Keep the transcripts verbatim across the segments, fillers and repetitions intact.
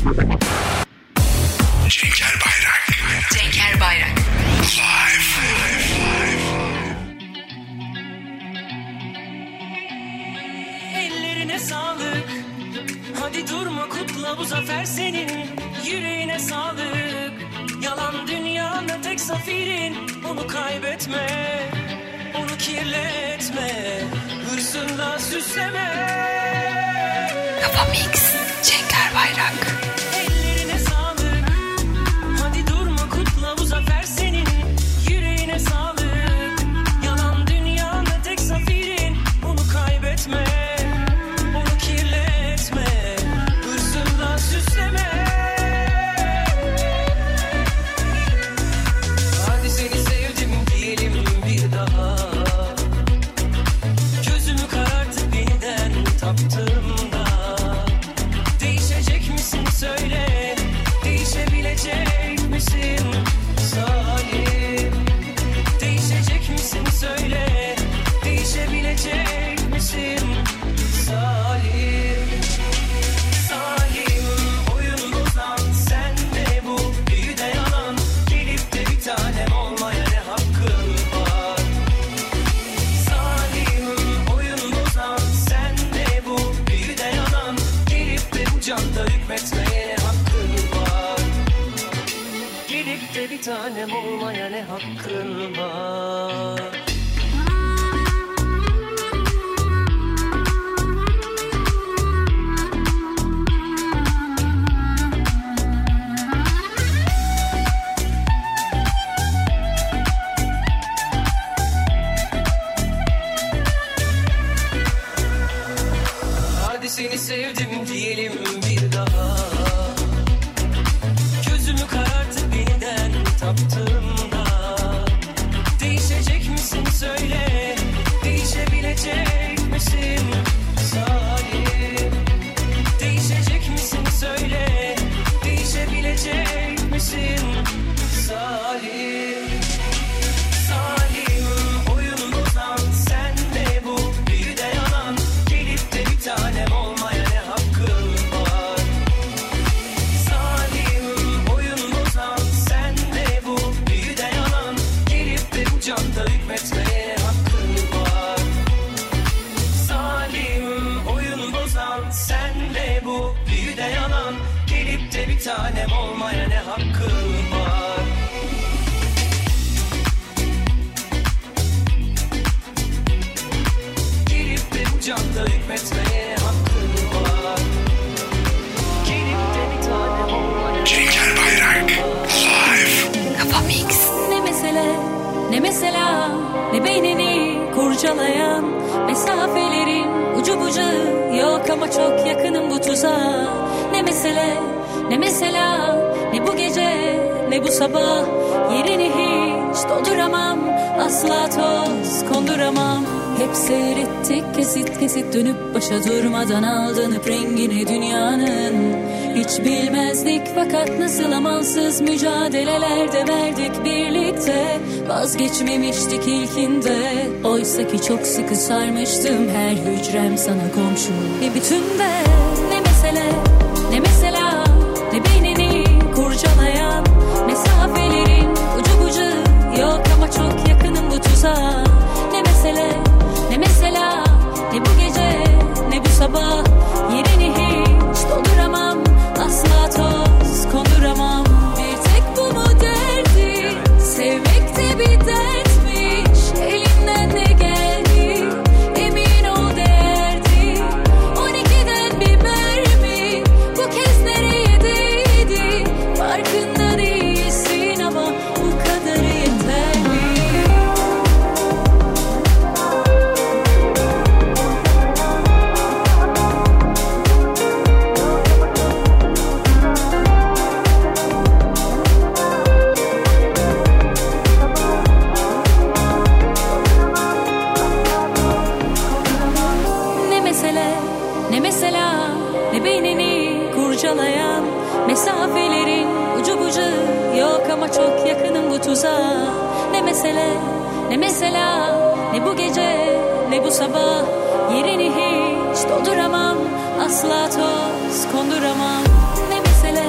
Cenker Bayrak. Cenker Bayrak. Live. Ellerine sağlık. Hadi durma, kutla bu zafer senin. Yüreğine sağlık. Yalan dünyada tek zaferin. Onu kaybetme, onu kirletme, hırsınla süsleme. Kafa Mix. Cenker Bayrak. Ellerine sağlık. Hadi durma, kutla bu zafer senin. Yüreğine sağlık. Yalan dünyada tek zaferin. Onu kaybetme, onu kirletme, hırsınla süsleme. Hadi seni sevdim diyelim bir daha. Gözümü karartıp yeniden taptığımda. Değişecek misin söyle, değişebilecek misin Salim? Değişecek misin söyle, değişebilecek misin Salim? Salim, oyun bozan sen de bu büyüde yalan. Gelip de bir tanem olmaya ne hakkın var? Salim, oyun bozan sen de bu büyüde yalan. Gelip de bu canda hükmetmeye ne hakkın var? Gelip de bir tanem olmaya ne hakkın var? Hadi seni sevdim diyelim bir daha. Gözümü karartıp yeniden taptığımda. Değişecek misin söyle, değişebilecek misin Salim? Değişecek misin söyle, değişebilecek misin Salim? Salim, oyun bozan sen de bu büyüde yalan. Gelip de bir tanem olmaya ne hakkın var? Salim, oyun bozan sen de bu büyüde yalan. Gelip de bu canda hükmetmeye ne hakkın var? Salim, oyun bozan sen de bu büyüde yalan. Gelip de bir tanem olmaya ne hakkın var? Gelip de bu canda hükmetmeye hakkın var. Gelip de bir tanem olmaya. Cenker Bayrak. Live. Kafa Mix. Ne mesele, ne mesela, ne beynini kurcalayan mesafelerin ucu bucağı yok ama çok yakınım bu tuzağa. Ne mesele, ne mesela, ne bu gece, ne bu sabah, yerini hiç dolduramam, asla toz konduramam. Hep seyrettik kesit kesit dönüp başa durmadan aldanıp rengine dünyanın. Hiç bilmezdik fakat nasıl amansız mücadelelerde verdik birlikte. Vazgeçmemiştik ilkinde, oysa ki çok sıkı sarmıştım her hücrem sana komşu. Bir bütünde ne mesele, ne mesela, ne beynini kurcalayan mesafelerin ucu bucağı yok ama çok yakınım bu tuzağa. Ne mesele, ne mesela, ne bu gece, ne bu sabah, yerini hiç dolduramam, asla toz konduramam. Bir tek bu mu derdi, sevmek de bir dertmiş, elinden ne geldi, emin ol değerdi. On ikiden bir mermi, bu kez nereye değdi, farkında değilsin ama bu kadar yeterli. Ne mesele, ne mesela, ne beynini kurcalayan mesafelerin ucu bucağı yok ama çok yakınım bu tuzağa. Ne mesele, ne mesela, ne bu gece, ne bu sabah, yerini hiç dolduramam, asla toz konduramam. Ne mesele,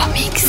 Kafa Mix.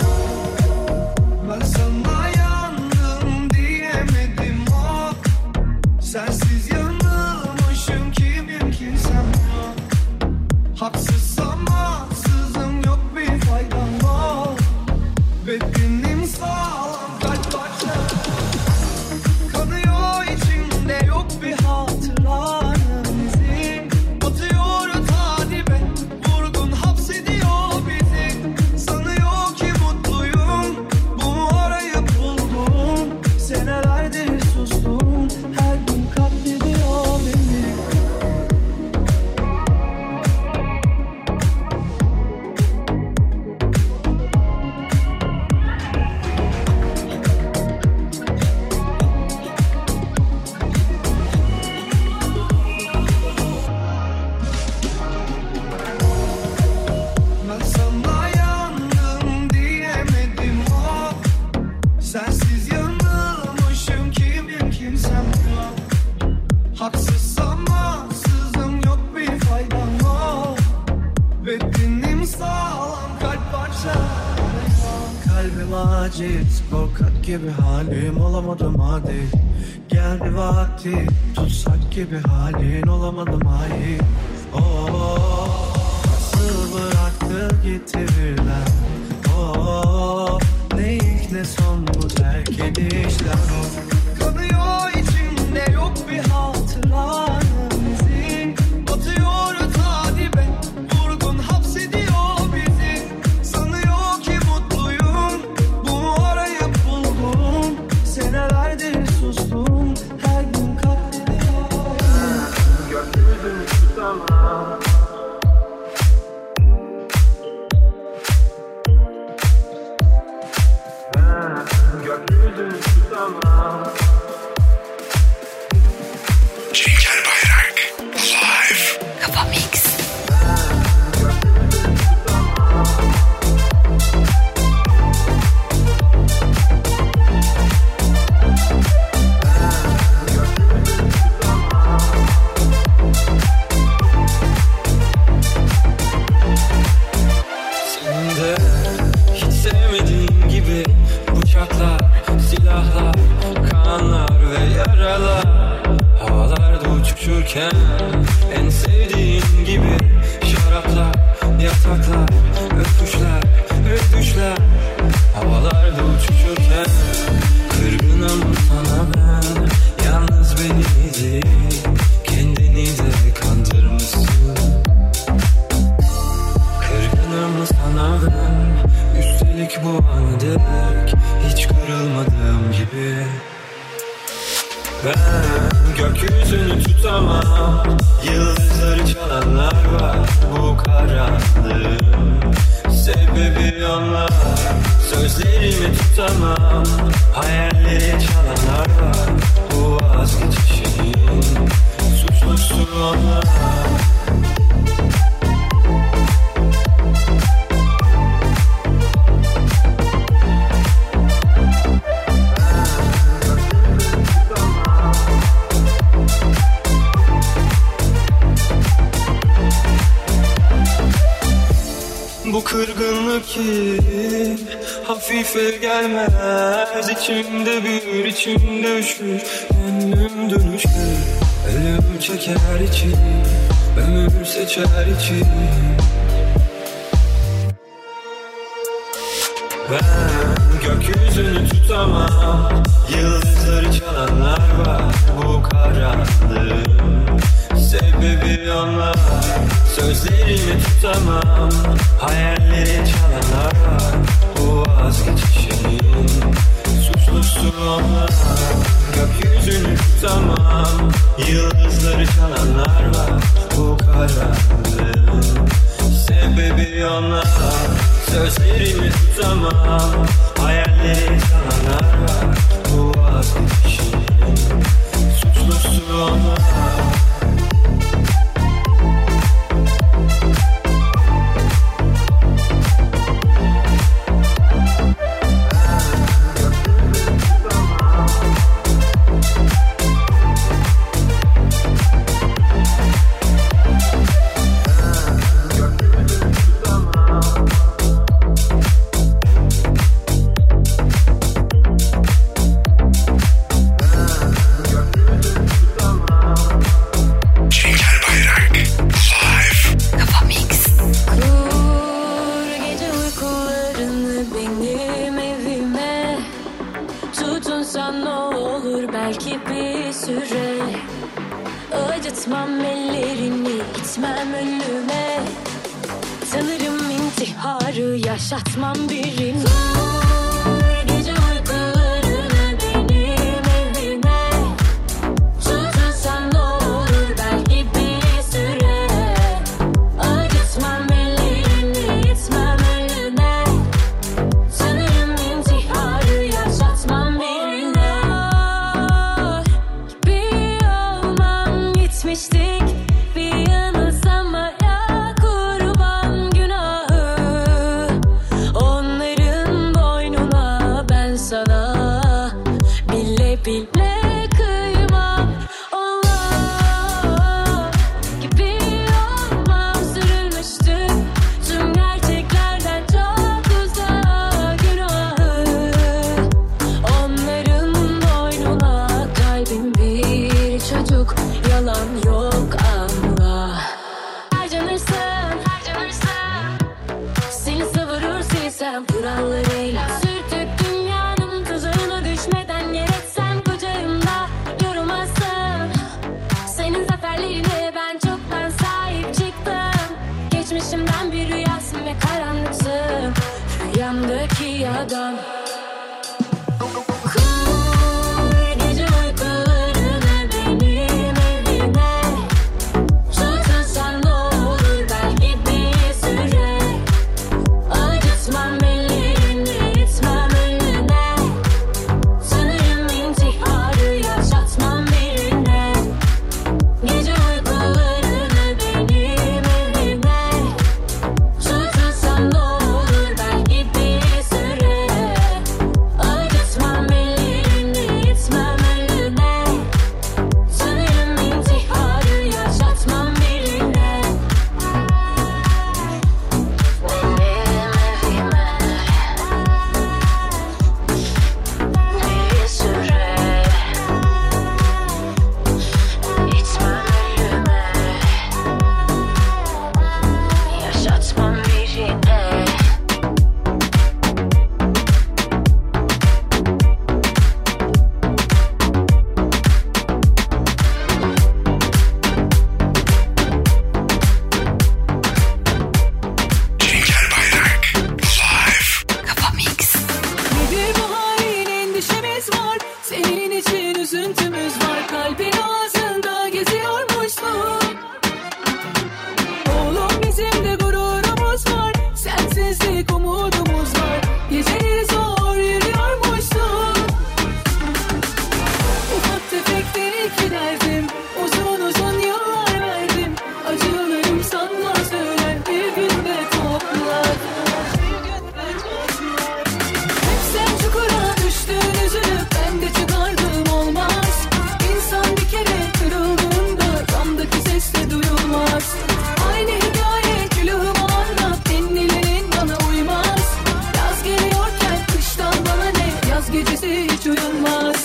Ben sana yandım diyemedim o. Sensiz yanılmışım, kimim kimsem yok. Haksızsam haksızım, yok bir faydam yok. Bedenim sağlam, kalp parça. Kanıyor içimde, yok bir hatıranın izi. Batıyor tadibe, vurgun hapsediyor bizi. Sanıyor ki mutluyum, bu arayı buldum. Senelerdir sustum, her gün katlediyor beni. Ben sana yandım diyemedim o. Sensiz yanılmışım, kimim kimsem yok. Haksızsam haksızım, yok bir faydam yok. Bedenim sağlam, kalp parça. Kalbim aciz, korkak gibi halim, olamadım hadi. Geldi vakti, tutsak gibi halin, olamadım hayır. Oh, nasıl bıraktı gitti birden. Oh, ne ilk ne son bu terk edişler. Kanıyor içimde, yok bir hatıranın izi. Batıyor tadibe, vurgun hapsediyor bizi. Sanıyor ki mutluyum, bu arayı buldum. Senelerdir sustum, her gün katlediyor. Gökyüzünü tutamam. Gökyüzünü tutamam. Cenker Bayrak Live. Kafa Mix. Sen de hiç sevmediğin gibi bıçaklar, silahlar, kanlar ve yaralar. Havalarda uçuşurken en sevdiğin gibi şaraplar, yataklar, öpüşler, öpüşler. Havalarda uçuşurken kırgınım sana ben. Yalnız beni değil, kendini de kandırmışsın. Kırgınım sana ben, üstelik bu an dek hiç kırılmadığım gibi. Ben gökyüzünü tutamam, yıldızları çalanlar var bu karanlığın. Sebebi onlar, sözlerimi tutamam, hayalleri çalanlar var bu vazgeçişin. Suçlusu onlar. Bu kırgınlık ki hafife gelmez. İçimde büyür, içimde üşür, gönlüm dönüşür. Ölüm çeker içim, ömür seçer içim. Ben gökyüzünü tutamam, yıldızları çalanlar var bu karanlığın. Sebebi onlar, sözlerimi tutamam, hayalleri çalanlar var bu vazgeçişin. Suçlusu onlar. Gökyüzünü tutamam, yıldızları çalanlar var bu karanlığın. Sebebi onlar, sözlerimi tutamam, hayalleri çalanlar var bu vazgeçişin. Suçlusu onlar. yaşatmam birini. Kur gece uykularını benim evime. Tutulsan ne olur belki bir süre. Acıtmam ellerini, itmem önüne. Sanırım intiharı yaşatmam birine. Bir olmam gitmiştik, bir yanılsamaya kurban günahı. Onların boynuna ben sana bile bile kıymam. Onlar gibi olmam sürülmüştü tüm gerçeklerden çok uzak günahı. Onların boynuna kalbim bir çocuk, yalan yok anla. Harcanırsın, harcanırsın, seni savurur silsem kurallarıyla. Sürtük dünyanın tuzağına düşmeden yer etsem kucağımda yorulmazsın. Senin zaferlerine ben çoktan sahip çıktım. Geçmişimden bir rüyasın ve karanlıksın rüyamdaki adam. Kur gece uykularını benim evime. Tutulsan ne olur belki bir süre. Acıtmam ellerini, itmem önüne. Sanırım intiharı yaşatmam birine. Gece uykularını benim evime. Tutulsan ne olur belki bir süre. Acıtmam ellerini, itmem önüne. Sanırım intiharı yaşatmam birine. Benim evime bir süre. İtmem önüme. Yaşatmam birine. Cenker Bayrak Live. Kafa Mix. Nedir bu halin, endişemiz var. Senin için üzüntümüz var. Kalbin ağzında geziyormuşsun. Oğlum bizim de gururumuz var. Sensizlik umudumuz var. Geceleri zor yürüyormuşsun. Ufak tefekten iki derdim. Uzun uzun yıllar verdim. Acılarım sana söyler. Bir günde toplar. Hep sen çukura düştün üzülüp ben de çıkardım olmaz. İnsan bir kere kırıldığında camdaki ses de duyulmaz. Aynı hikaye külahıma anlat, dinlerin bana uymaz. Yaz geliyorken kıştan bana ne, yaz gecesi hiç uyunmaz.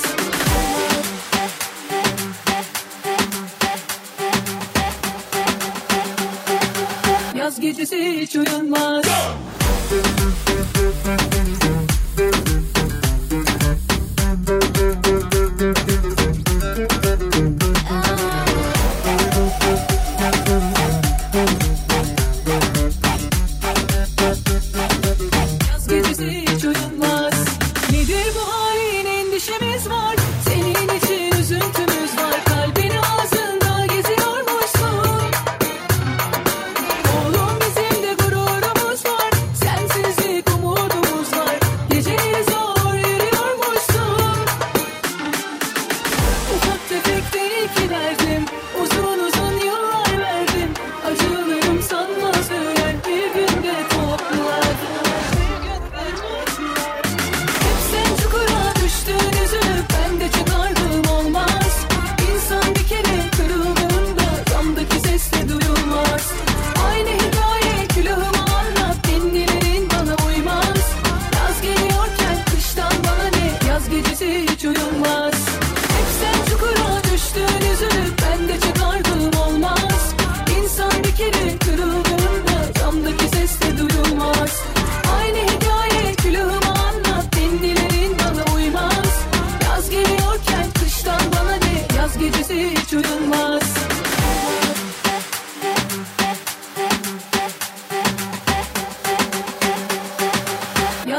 Yaz gecesi hiç uyunmaz. Yaz gecesi hiç uyunmaz. Nedir bu halin, endişemiz var. Senin için üzüntümüz var. Kalbin ağzında geziyormuşsun. Oğlum bizim de gururumuz var. Sensiz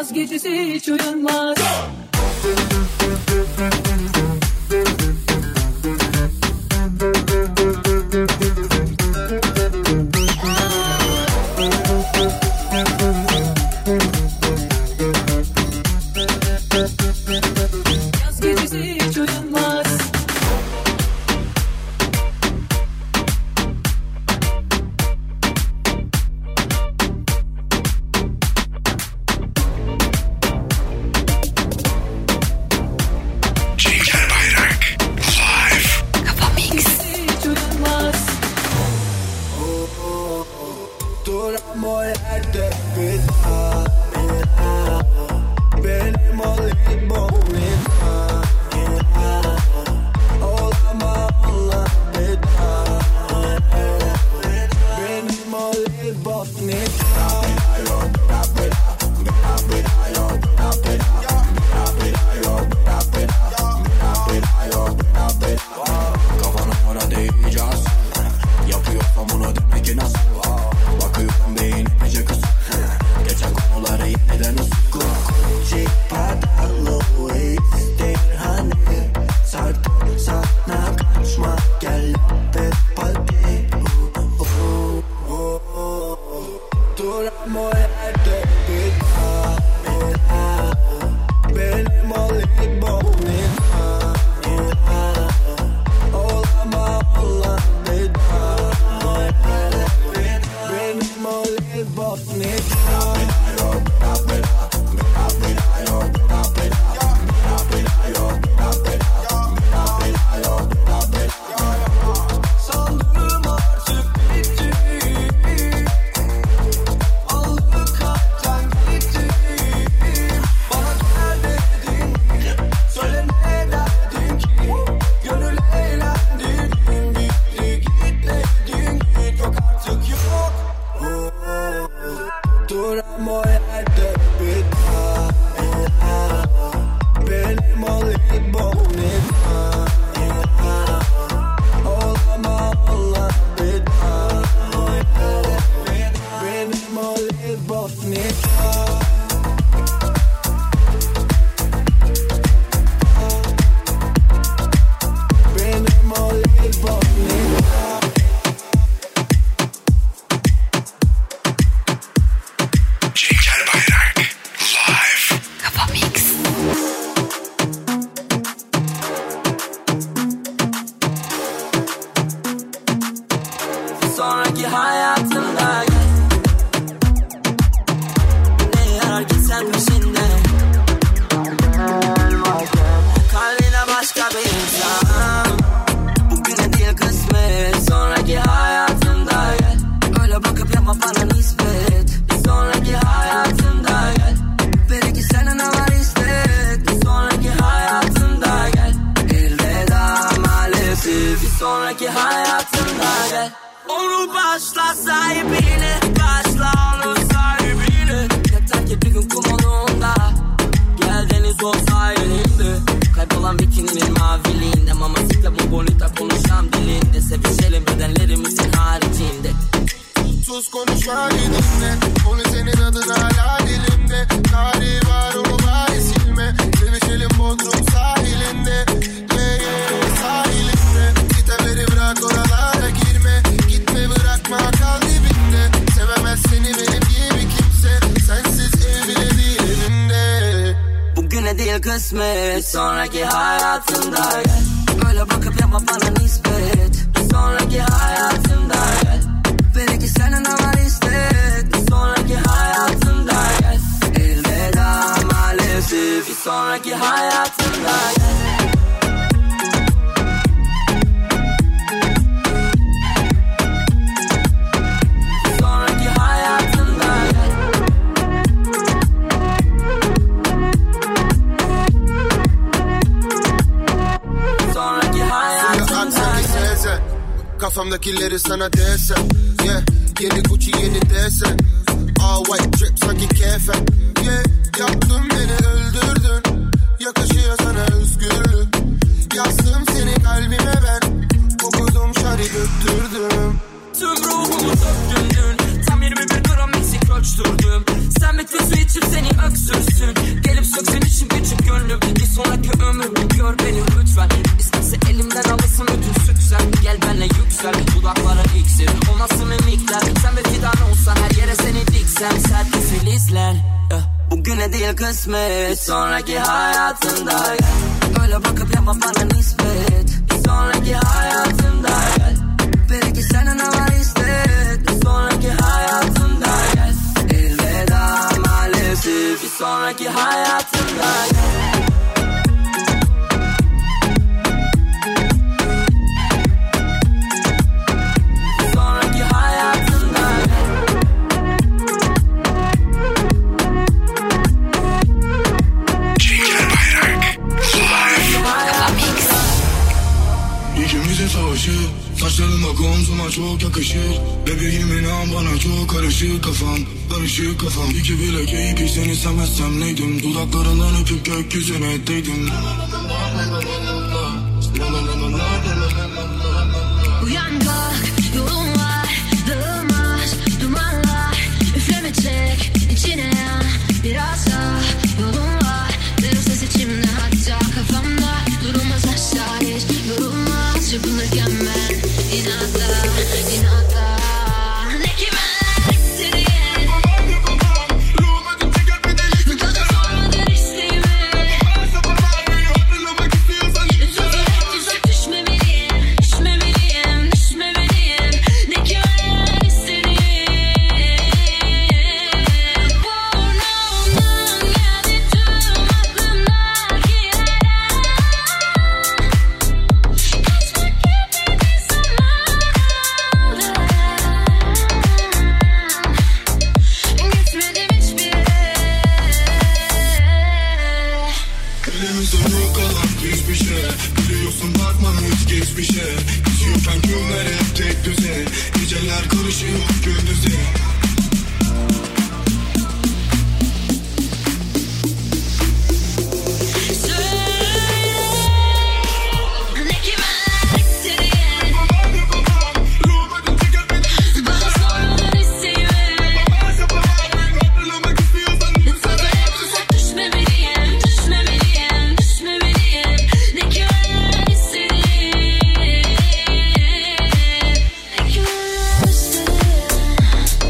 Yaz gecesi hiç uyunmaz. Yaz gecesi hiç uyunmaz. Cenker Bayrak Live. Kafa Mix. Hiç uyunmaz. Duramıyor yerde bir daha, bir daha. Benim olayım boğulayım ha, olamam Allah bir daha. Benim olayım boğulayım ha. Kafana göre değeceğiz. Yapıyorsam bunu demek ki nasıl? Bakıyorum beynimce kız. Geçen konuları yeniden ısık. Çek padalı ister hani. Sardım sana kaçma gel be pati. Duramıyor yerde bir daha, bir daha. Benim olayım boğulayım ha. Olamam Allah bir daha. Benim olayım boğulayım ha. Sandım artık bitti. Aldık kalpten gitti. Bana gel dedin, söyle ne derdin ki? Gönül eğlendi, gün bitti git dedin, git yok artık yok. Duramıyor yerde bir daha, bir daha. Benim olayım boğulayım ha. Olamam Allah bir daha. Benim olayım boğulayım ha. Benim olayım boğulayım ha. Cenker Bayrak Live. Kafa Mix. Sonraki hayatımda gel. Ne yarar gitsen peşinde. Kalbine başka bir insan. Bugüne değil kısmet. Sonraki hayatımda gel. Öyle bakıp yapma bana nispet. Sonraki hayatımda gel. Belki sana ne var istek. Sonraki hayatımda gel. Elveda maalesef. Bir sonraki hayatımda gel. Onu başla sahibine, başla onun sahibine. Yeter ki bir gün kum onunda. Gel deniz ol sahilinde. Kaybolan bikininin maviliğinde. Mamacita bu bonita konuşan dilinde. Sevişelim bedenlerimizin haricinde. Sus konuş halidinle. Onu senin adın hala dilimde. Tarih var onu bari silme. Sevişelim Bodrum sahilinde. Yeah yeah sahilinde. Kitapları bırak oralara girme. Gitme bırakma kal dibinde. Sevemez seni benim gibi kimse. Sensiz ev bile değil evimde. Bugüne değil kısmet. Sonraki hayatımda gel. Öyle bakıp yapma bana nispet. Sonraki hayatımda gel. Belki sana ne var istek. Sonraki hayatımda gel. Elveda maalesef. Bir sonraki hayatımda gel. Sonraki hayatımda gel. Sonraki hayatımda Aksaki gel. sezen. Kafamdakileri sana desem. Yeah yeni Gucci yeni desen. All white drip sanki kefen. Yeah yaptın beni öldürdün. Yakışıyor sana özgürlük. Yazdım seni kalbime ben. Okudum şari döktürdüm. Tüm ruhumu döktün dün. Tam yirmi bir gram eksik ölçtürdüm. Sen bir tüzü içip seni öksürsün. mimikler. Sen bir fidan olsan her yere seni diksem. Sert bir filizler yeah. Bugüne değil kısmet, bir sonraki hayatımda gel. Öyle bakıp yapma bana nispet, bir sonraki hayatımda gel. Belki sana ne var istek, bir sonraki hayatımda gel. Elveda maalesef, bir sonraki hayatımda gel. Saçlarım bak omzuma çok yakışır. Bebeğim inan bana çok karışık kafam. Karışık kafam. İki bilek iyi seni istemezsem neydim. Dudaklarından öpüp gökyüzüne değdim. Uyan kalk yolun var. Dağılmaz dumanlar. Üfleme çek içine yan. Biraz daha yolun var. Ver o ses içimde hatta kafamda. Durulmaz aşağı hiç yorulmaz. Çırpınırken ben İnata, inata. Ne kimer istediğin. Bana sormadın isteğimi. Sözü hep tuzak düşmemeliyim. Düşmemeliyim, düşmemeliyim. Ne kimer istediğin. Burnumdan geldi tüm aklımdaki yerler. Kaçmak gibi gitmedim hiçbir yere. Elimizde yok kalan hiçbir şey. Biliyorsun bakmam hiç geçmişe. Geçiyorken günler hep tek düze. Geceler karışıyor gündüze. Ne kimer istediğin. Bana sormadın isteğimi. Sözü hep tuzak düşmemeliyim. Düşmemeliyim, düşmemeliyim. Ne kimer istediğin. Ne kimer istediğin.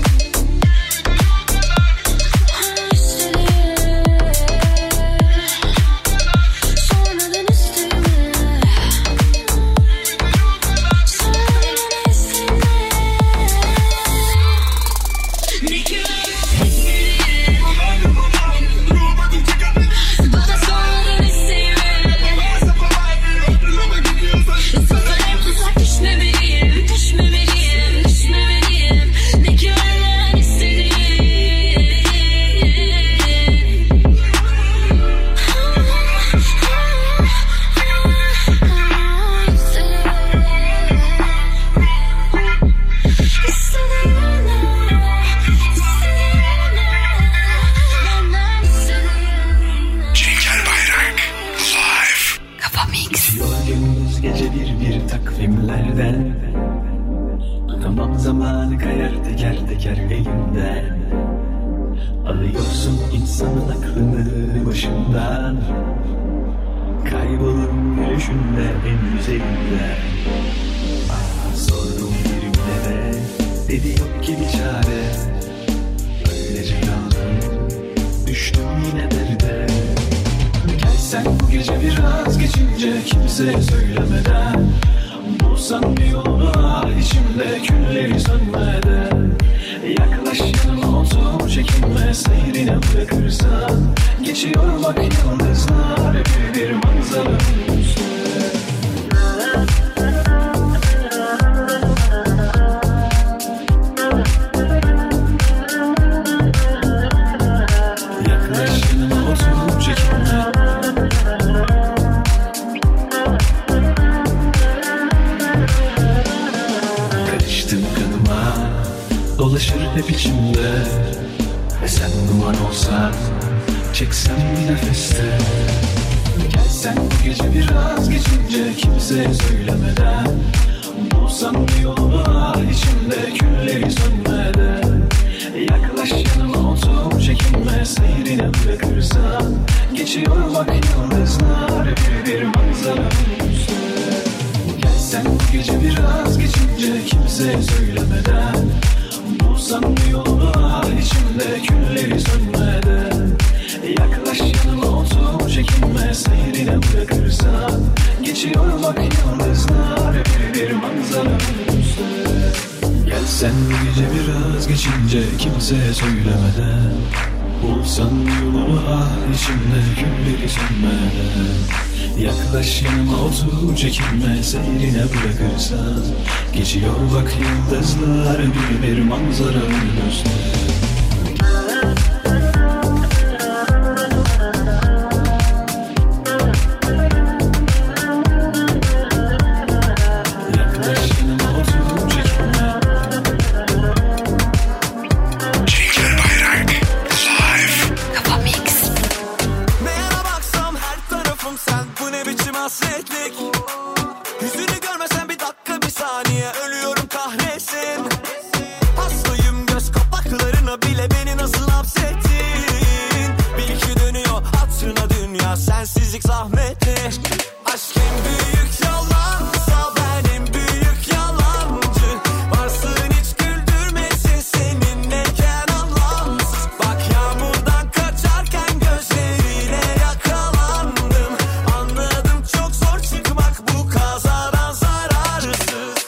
Alıyorsun insanın aklını başından. Kaybolurum gülüşünde en güzelinde. Ah, sordum birimlere, dedi yok ki bir çare. Öylece kaldım, düştüm yine derde. Gelsen bu gece biraz geçince kimseye söylemeden. Bulsan bir yolunu ah içimde külleri sönmeden. Yaklaş yanıma otur çekinme seyrine bırakırsan. Geçiyor bak yıldızlar hep bir manzaranın üstüne. Yaklaş yanıma otur çekinme. Karıştım kanıma, dolaşır hep içimde. Ve sen duman olsan, çeksem bir nefeste. Gelsen bu gece biraz geçince kimseye söylemeden. Bulsam bir yolunu ah içimde külleri sönmeden. Yaklaş yanıma otur çekinme seyrine bırakırsan. Geçiyor bak yıldızlar hep bir manzaranın üstüne. Gelsen bu gece biraz geçince kimseye söylemeden. Sen bu gece biraz geçince kimseye söylemeden bulsan yolunu ah içimde külleri sönmeden. Yaklaş yanıma otur çekinme seyrine bırakırsan. Geçiyor bak yıldızlar bir bir manzara önümüzde. Yüzünü görmesen bir dakika bir saniye ölüyorum kahretsin. Hastayım göz kapaklarına bile beni nasıl hapsettin. Bil ki dönüyor hatırına dünya sensizlik zahmetli. Aşk en büyük yalansa ben en büyük yalancı. Varsın hiç güldürmesin seninleyken anlamsız. Bak yağmurdan kaçarken gözlerine yakalandım. Anladım çok zor çıkmak bu kazadan zararsız.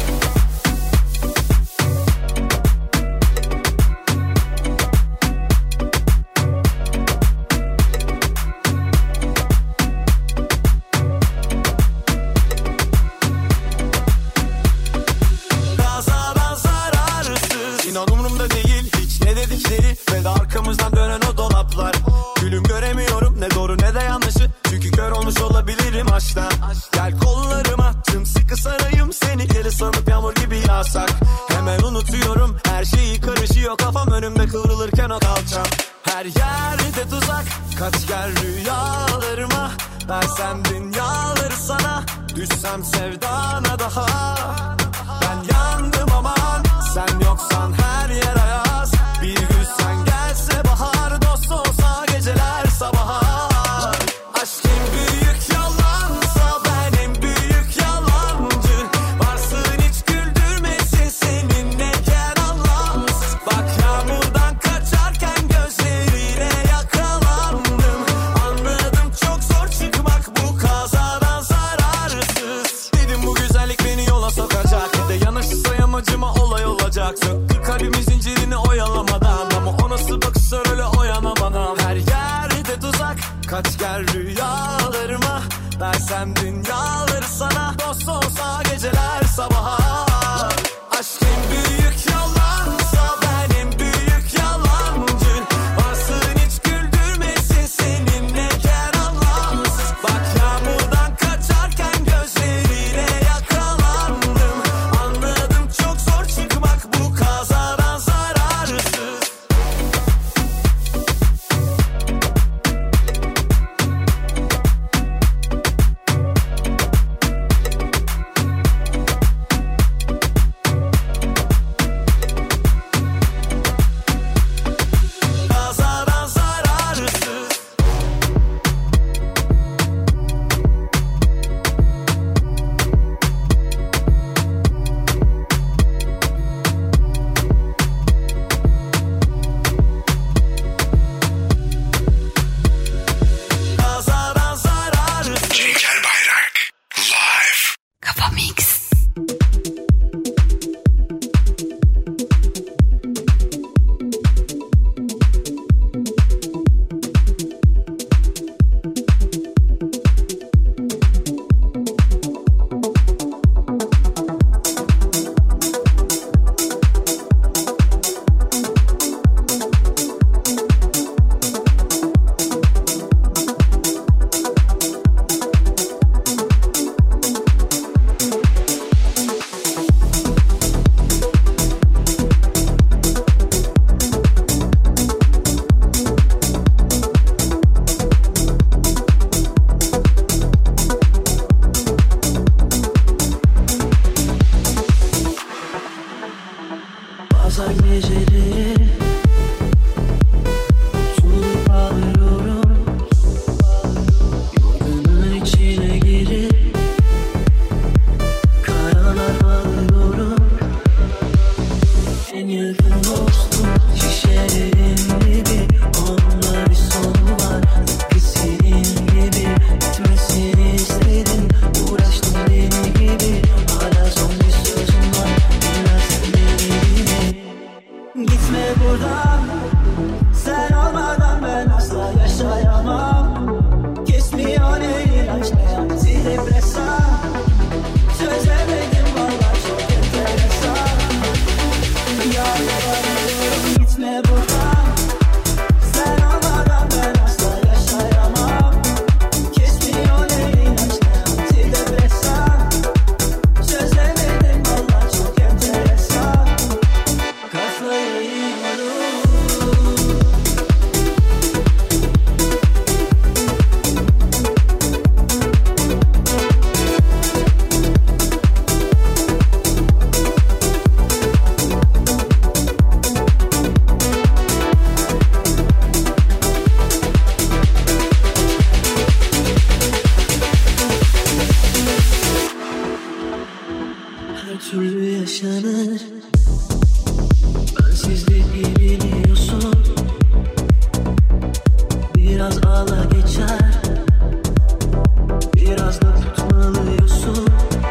Kazadan zararsız. İnan umurumda değil hiç ne dedikleri ve de arkamızdan dönen o dolaplar. Gülüm göremiyorum ne doğru ne de yanlışı. Çünkü kör olmuş olabilirim aşktan. Gel kollarıma sımsıkı sarayım seni. Geri sanıp yağmur gibi yağsak. Hemen unutuyorum her şeyi karışıyor. Kafam önümde kıvrılırken o kalçam. Her yerde tuzak kaç gel rüyalarıma. Versem dünyaları sana. Düşsem sevdana daha. Ben yandım aman sen yoksan her yer ayaz. Bir gün sen gelse bahar dost olsa geceler sabahar. Aşk en büyük yalansa ben en büyük yalancı. Varsın hiç güldürmesin seninleyken anlamsız. Bak yağmurdan kaçarken gözlerine yakalandım. Anladım çok zor çıkmak bu kazadan zararsız. Dedim bu güzellik beni yola sokacak. Bir de yanaşırsa yamacıma olay olacak. Söktü kalbimin zincirini oyalamadan. Ama o nasıl bakışlar öyle oyanamadan. Her yerde tuzak kaç gel rüyalarıma. Versem dünyaları sana. Dost olsa geceler sabahar. Aşk en büyük yalansa ben en büyük yalancı. Varsın hiç güldürmesin seninleyken anlamsız. Bak yağmurdan kaçarken gözlerine yakalandım. Anladım çok zor çıkmak bu kazadan zararsız. Kazadan zararsız. Kazadan zararsız. Cenker Bayrak Live. Kafa Mix. Bazen geceleri tutulup ağlıyorum. Yorgunluğun içine girip karalar alıyorum. En yakın dostum şişelerim gibi. Onunla bir sorun var. Tıpkısının gibi. Bitmesini istedim. Uğraştım deli gibi. Hala son bir sözüm var. Dinlersen beni. Gitme buradan, sen olmadan ben asla yaşayamam. Kesmiyor ne ilaç ne antidepresan. Çözemedim valla çok enteresan. Yalvarıyorum gitme buradan, sen olmadan ben asla yaşayamam. Kesmiyor ne ilaç ne antidepresan. Çözemedim valla çok enteresan. Kafayı yiyorum. Her türlü yaşanır. Bensizliği biliyorsun. Biraz ağla geçer, biraz da tutmalıyorsun.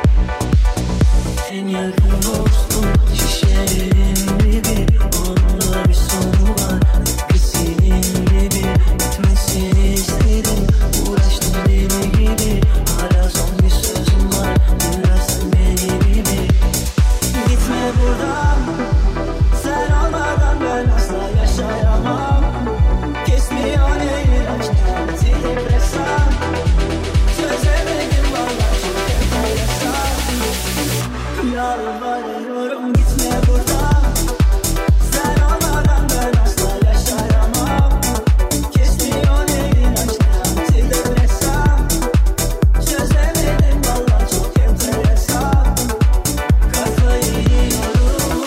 En yakın dostum şişelerin gibi. Onda bir sonu var, senin gibi. Gitmesini istedim, uğraştım deli gibi. Hala son bir sözüm var, dinlersen beni gibi. Gitme buradan, sen olmadan ben asla yaşayamam. Kesmiyor ne ilaç ne antidepresan. Çözemedim valla çok enteresan. Yalvarıyorum gitme buradan, sen olmadan ben asla yaşayamam. Kesmiyor ne ilaç ne antidepresan. Çözemedim valla çok enteresan. Kafayı yiyorum.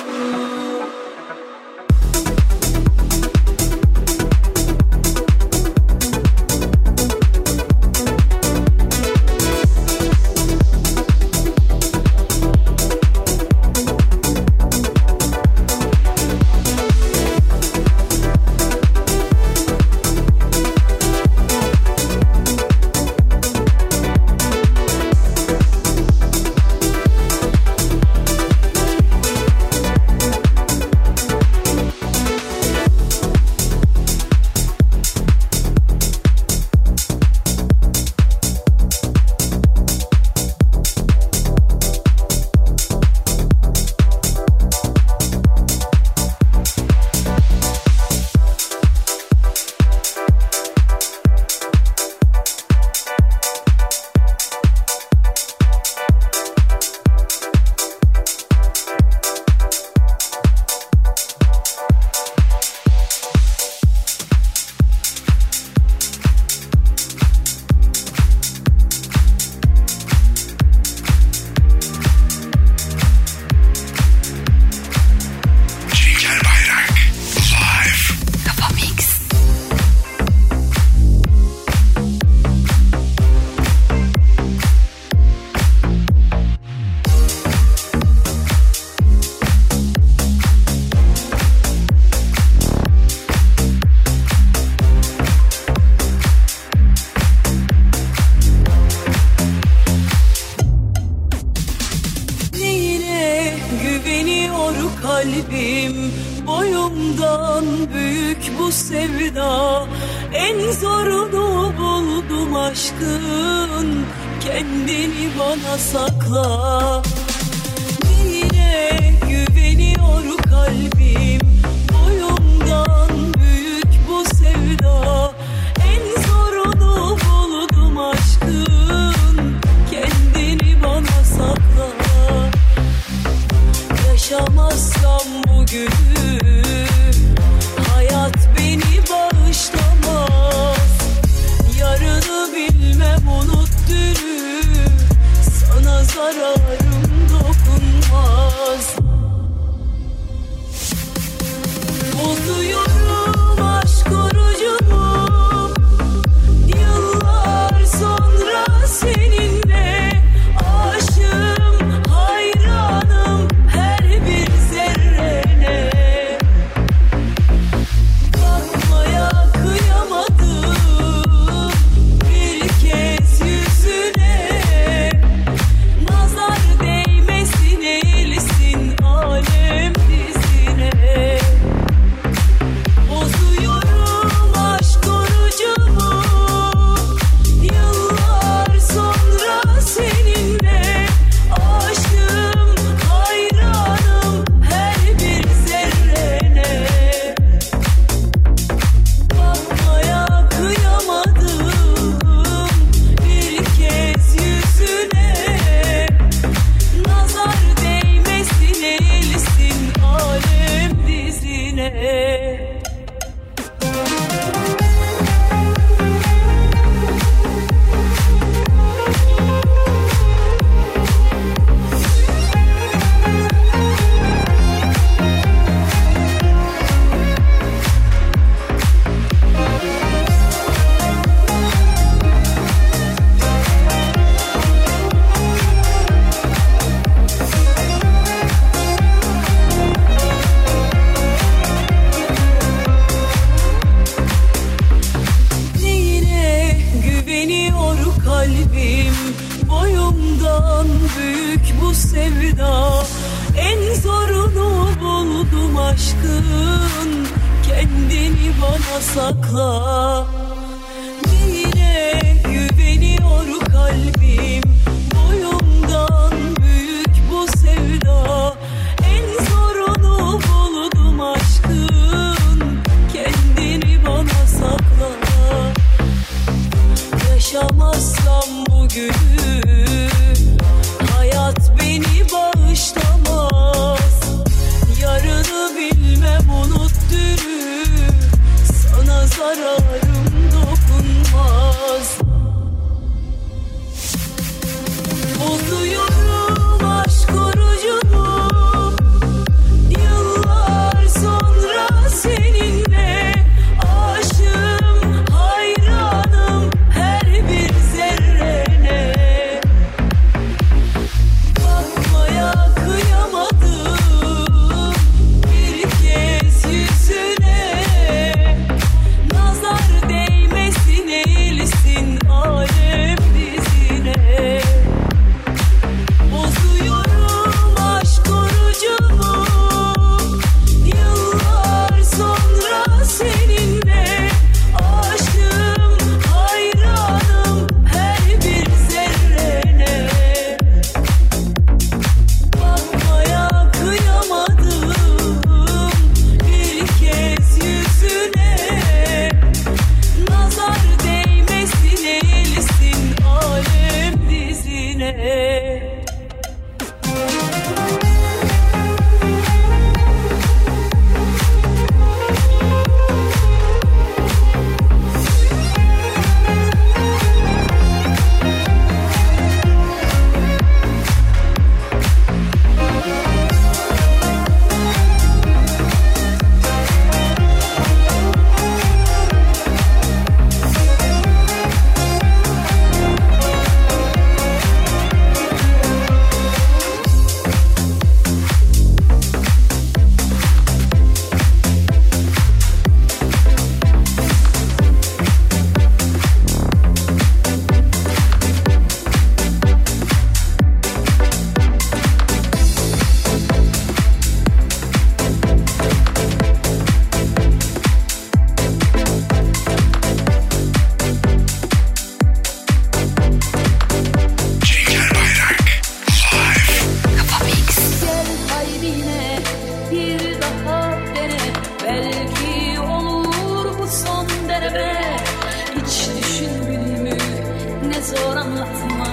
Cenker Bayrak Live. Kafa Mix. Neyine güveniyor kalbim, boyumdan büyük bu sevda. En zorunu buldum aşkın, kendini bana sakla. Neyine güveniyor kalbim, boyumdan büyük bu sevda. En zorunu buldum aşkın, kendini bana sakla. Yaşamazsam bugünü, hayat beni bağışlamaz. Yarını bilmem unut dünü, sana zararım dokunmaz. Bozuyorum aşk orucumu, yıllar sonra seninle. Aşığım, hayranım her bir zerrene. seninle. Boyumdan büyük bu sevda, en zorunu buldum aşkın, kendini bana sakla. Yine güveniyor kalbim, boyumdan büyük bu sevda, en zorunu buldum aşkın, kendini bana sakla. Yaşamazsam bugünü, hayat beni bağışlamaz. Yarını bilmem, unut dünü, sana zararım dokunmaz. Bozuyorum aşk orucunu, yıllar sonra seninle. Aşığım, hayranım her bir zerrene. Bakmaya kıyamadım bir kez yüzüne. Nazar değmesin, eğilsin alem dizine. Bozuyorum aşk orucumu, yıllar sonra seninle. Aşığım, hayranım her bir zerrene. Bakmaya kıyamadım bir kez yüzüne. Nazar değmesin, eğilsin alem dizine. Cenker Bayrak Live. Kafa Mix. Gel kalbine bir daha dene, belki olur bu son deneme. Hiç düşündün mü, ne zor anlatma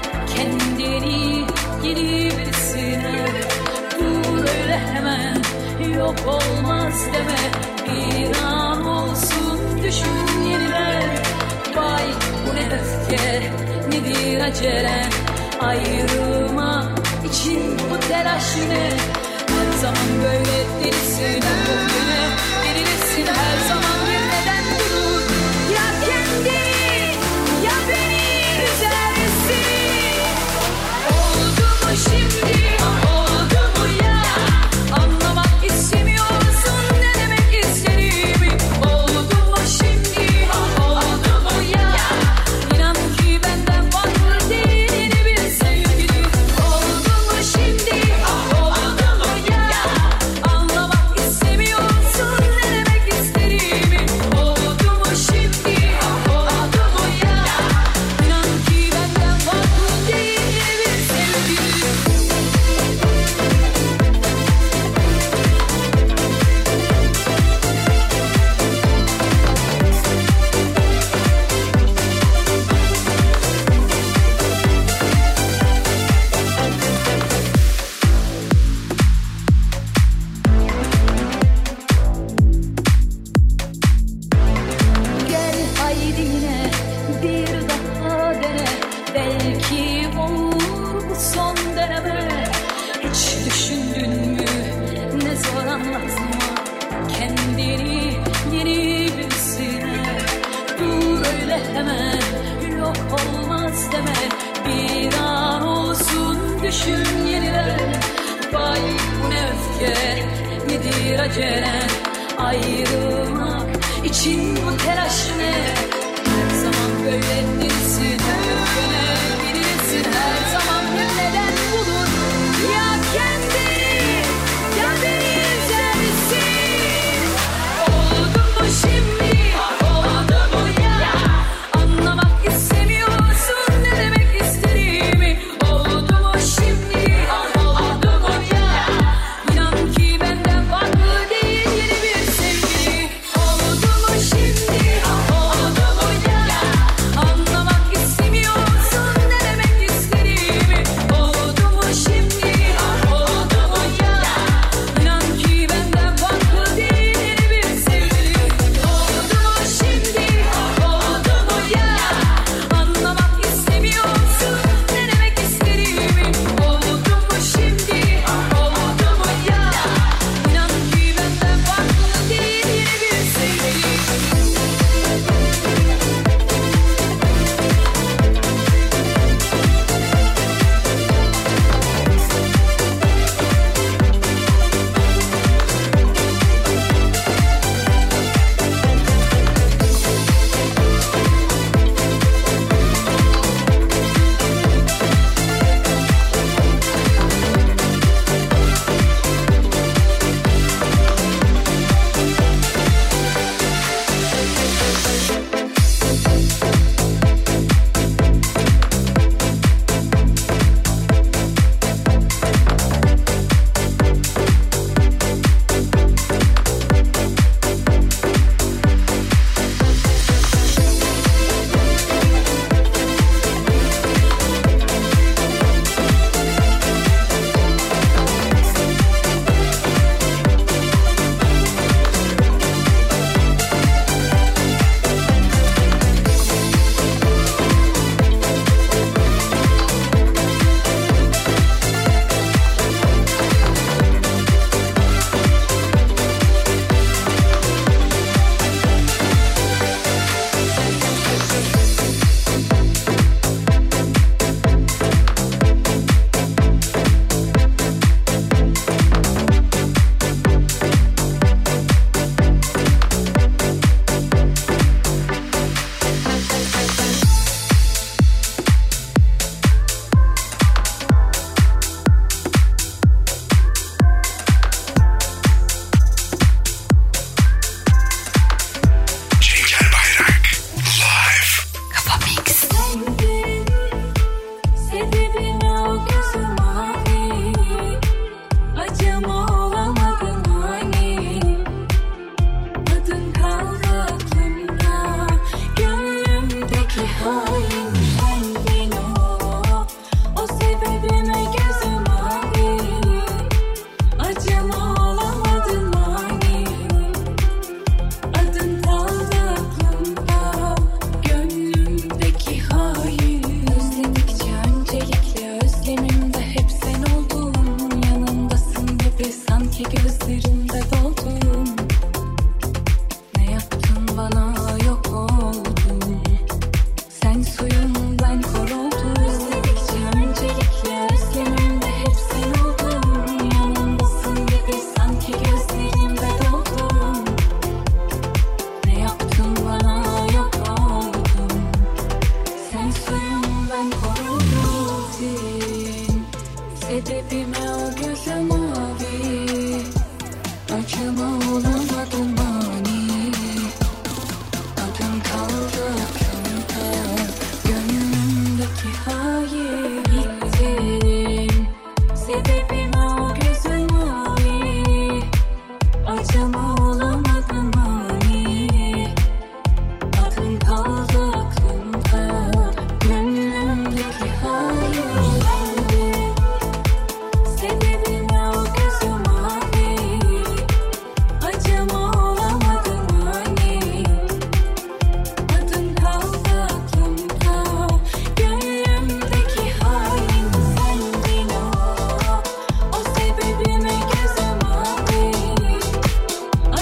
kendini yeni birisine. Dur öyle hemen, yok olmaz deme, bir an olsun düşün yenile. Vay bu ne öfke, nedir acelen, ayrılma için bu telaş ne? Her zaman böyle delisin, bugüne delisin, her zaman bir neden durur. Ya kendini ya beni üzersin. Oldu mu şimdi, oldu mu ya? Anlamak istemiyorsun ne demek istediğimi. Oldu mu şimdi, oldu mu ya? İnan ki benden farklı değil yeni bir sevgili. Oldu mu şimdi, oldu mu ya? Anlamak yeni yeni birisine. Dur öyle hemen, yok olmaz deme. Bir an olsun düşün yeniden. Vay bu ne öfke, nedir acele? Ayrılmak için bu telaş ne? Her zaman böyle değilsin, öfkene bilirsin. Her zaman bir neden bulur. Ya kendini ya beni üzersin. Oldu mu şimdi, oldu mu ya? Anlamak istemiyorsun ne demek istediğimi. Oldu mu şimdi, oldu mu ya? İnan ki benden farklı değil yeni bir sevgili. Oldu mu şimdi, oldu mu ya? Anlamak istemiyorsun ne demek istediğimi. Oldu mu şimdi, oldu mu ya? İnan ki benden farklı değil yeni bir sevgili. Oldu mu şimdi, oldu mu ya? Anlamak istemiyorsun ne demek istediğimi. Oldu mu şimdi, oldu mu ya? İnan ki benden farklı değil yeni bir sevgili. Cenker Bayrak Live. Kafa Mix. Sebebim o gözüm mavi. Acıma olamadın hani. Adın kaldı aklımda. Gönlümdeki hain sendin o. O sebebime gözüm mavi. Acıma olamadın hani. Adın kaldı aklımda. Gönlümdeki hain. Özledikçe öncelikle özlemimde hep sen oldun. Yanımdasın gibi sanki gözlerimde doldun. Ne yaptın bana yok oldun. Sen suyum ben kor oldum. Özledikçe öncelikle özlemimde hep sen oldun. Yanımdasın gibi sanki gözlerimde doldun. Ne yaptın bana yok oldun. Sen suyum ben koruldum. Sebebime o gözüm mavi. Acıma olamadın mani. Adın kaldı aklımda. Gönlümdeki hain. Gittin. Sebebime o gözüm mavi. Acıma olamadın mani. Adın kaldı aklımda. Gönlümdeki hain. Sebebime o gözüm mavi. Acıma olamadın hani. Adın kaldı aklımda. Gönlümdeki hain sendin o. O sebebime gözüm mavi.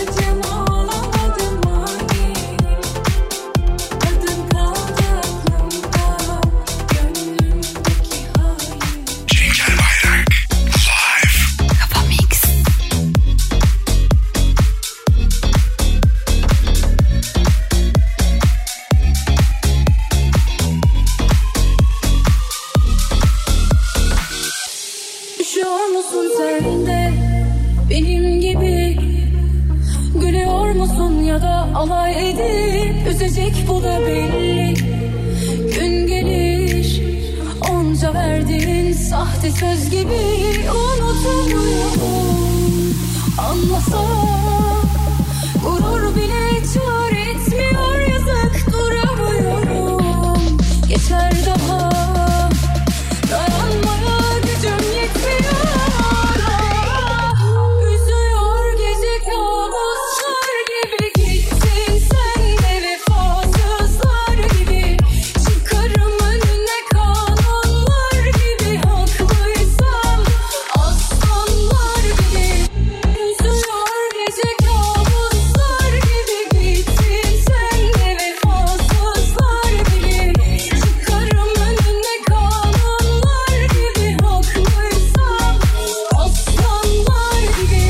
alay edip üzecek, bu da belli. Gün gelir onca verdiğin sahte söz gibi unutamıyorum. Anlasam gurur bile çare etmiyor, yazık duramıyorum. Geçer daha dayanmaya gücüm yetmiyor. Üzüyor gece kabuslar gibi, gittin sen de vefasızlar gibi. Çıkarım önüne kanunlar gibi, haklıysam aslanlar gibi. Üzüyor gece kabuslar gibi, gittin sen de vefasızlar gibi. Çıkarım önüne kanunlar gibi, haklıysam aslanlar gibi.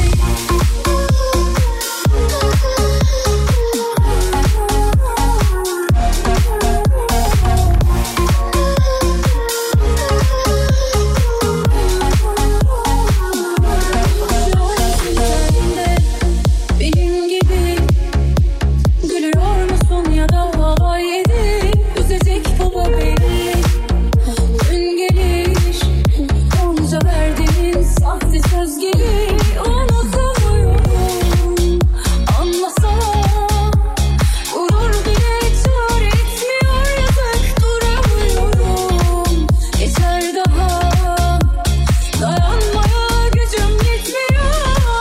Benim gibi gülüyor musun ya da alay edip üzecek, bu da belli. Gün gelir onca verdiğin sahte söz gibi unutamıyorum. Anlasam gurur bile çare etmiyor, yazık duramıyorum. Geçer daha dayanmaya gücüm yetmiyor.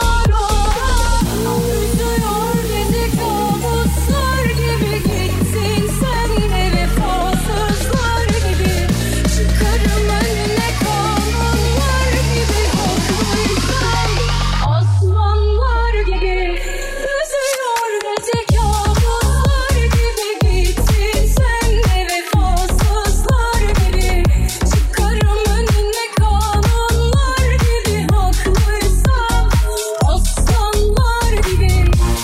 Üzüyor gece kabuslar gibi, gittin sen de vefasızlar gibi. Çıkarım önüne kanunlar gibi, haklıysam aslanlar gibi. Üzüyor gece kabuslar gibi, gittin sen de vefasızlar gibi. Çıkarım önüne kanunlar gibi, haklıysam aslanlar gibi.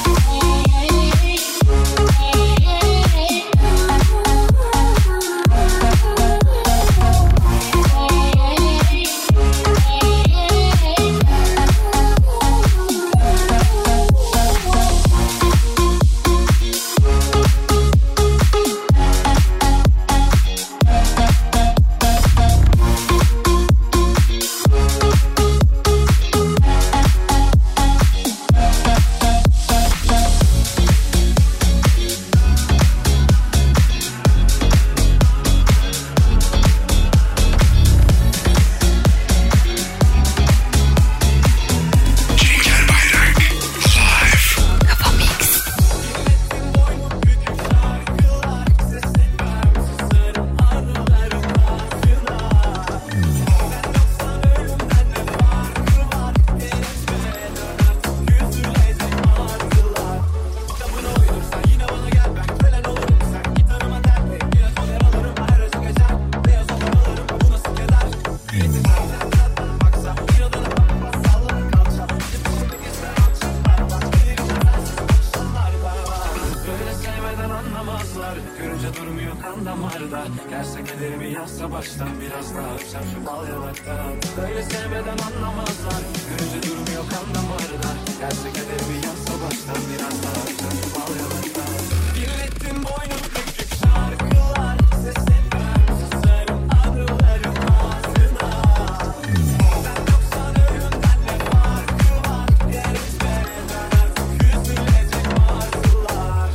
Cenker Bayrak Live. Kafa Mix. Böyle sevmeden anlamazlar, görünce durmuyor kan damarda. Gelse kaderimi yazsa baştan, biraz daha öpsem şu bal yanaktan. Böyle sevmeden anlamazlar, görünce durmuyor kan damarda. Gelse kaderimi yazsa baştan, biraz daha öpsem şu bal yanaktan. Dinlettin boynum küçük şarkılar, ses etmem susarım arılarım ağzına. Sen yoksan ölümden ne farkı var, yer etmeden artık üzülecek arzular.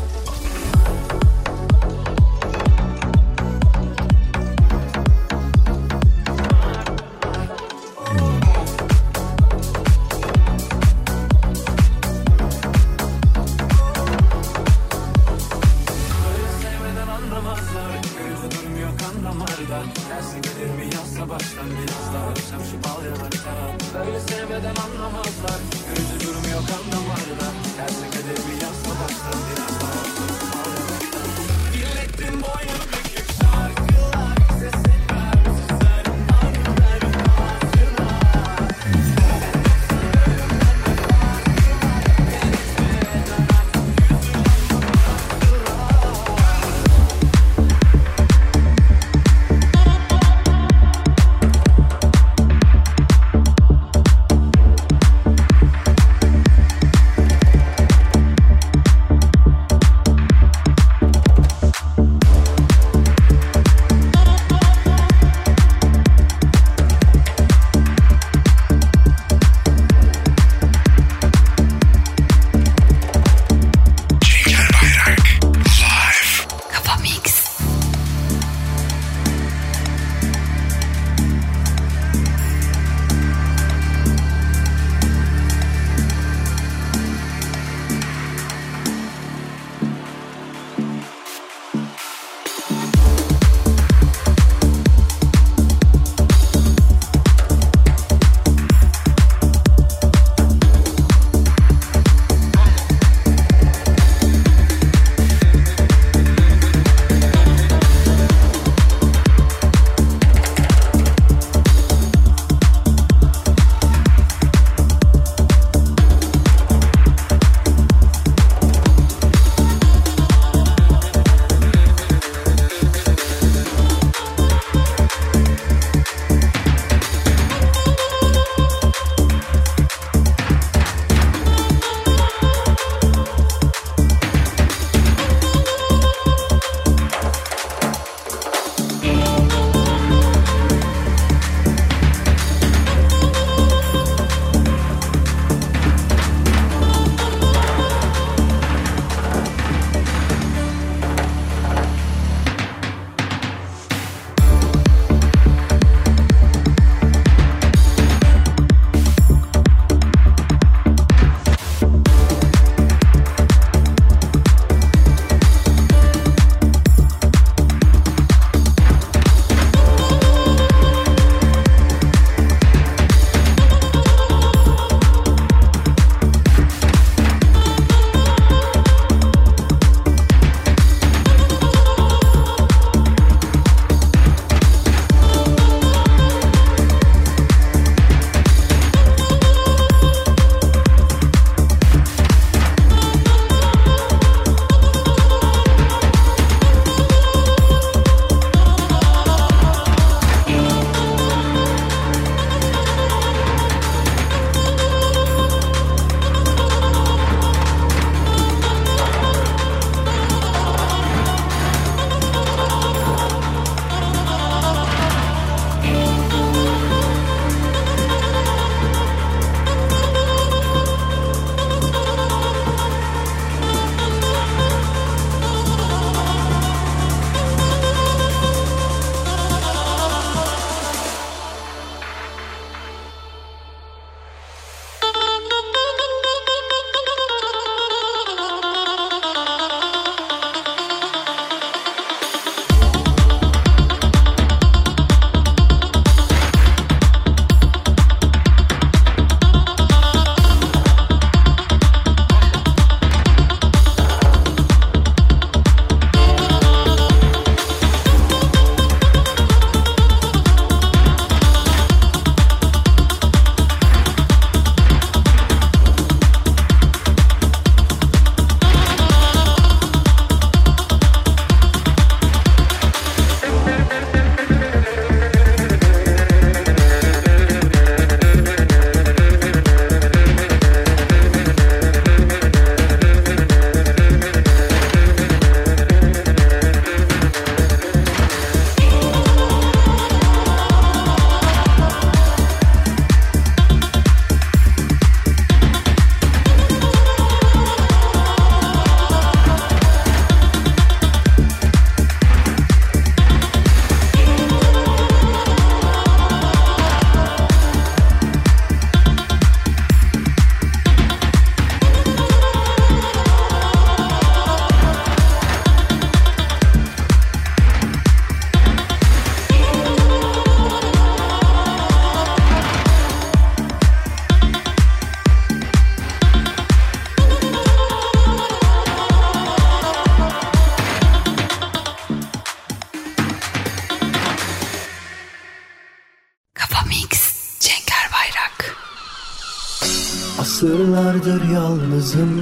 Sırlardır yalnızım,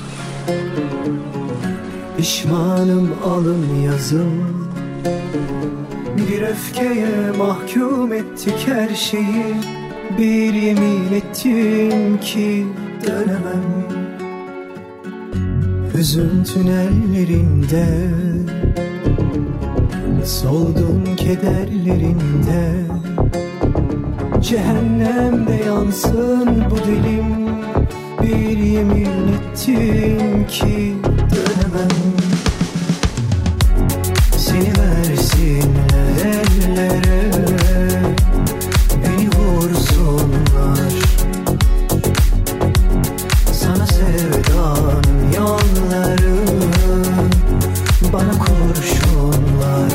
pişmanım alın yazım. Bir öfkeye mahkum ettik her şeyi, bir yemin ettim ki dönemem. Hüzün tünellerinde, soldum kederlerinde. Cehennemde yansın bu dilim, bir yemin ettim ki dönemem. Seni versinler ellere, beni vursunlar. Sana sevdanın yolları, bana kurşunlar.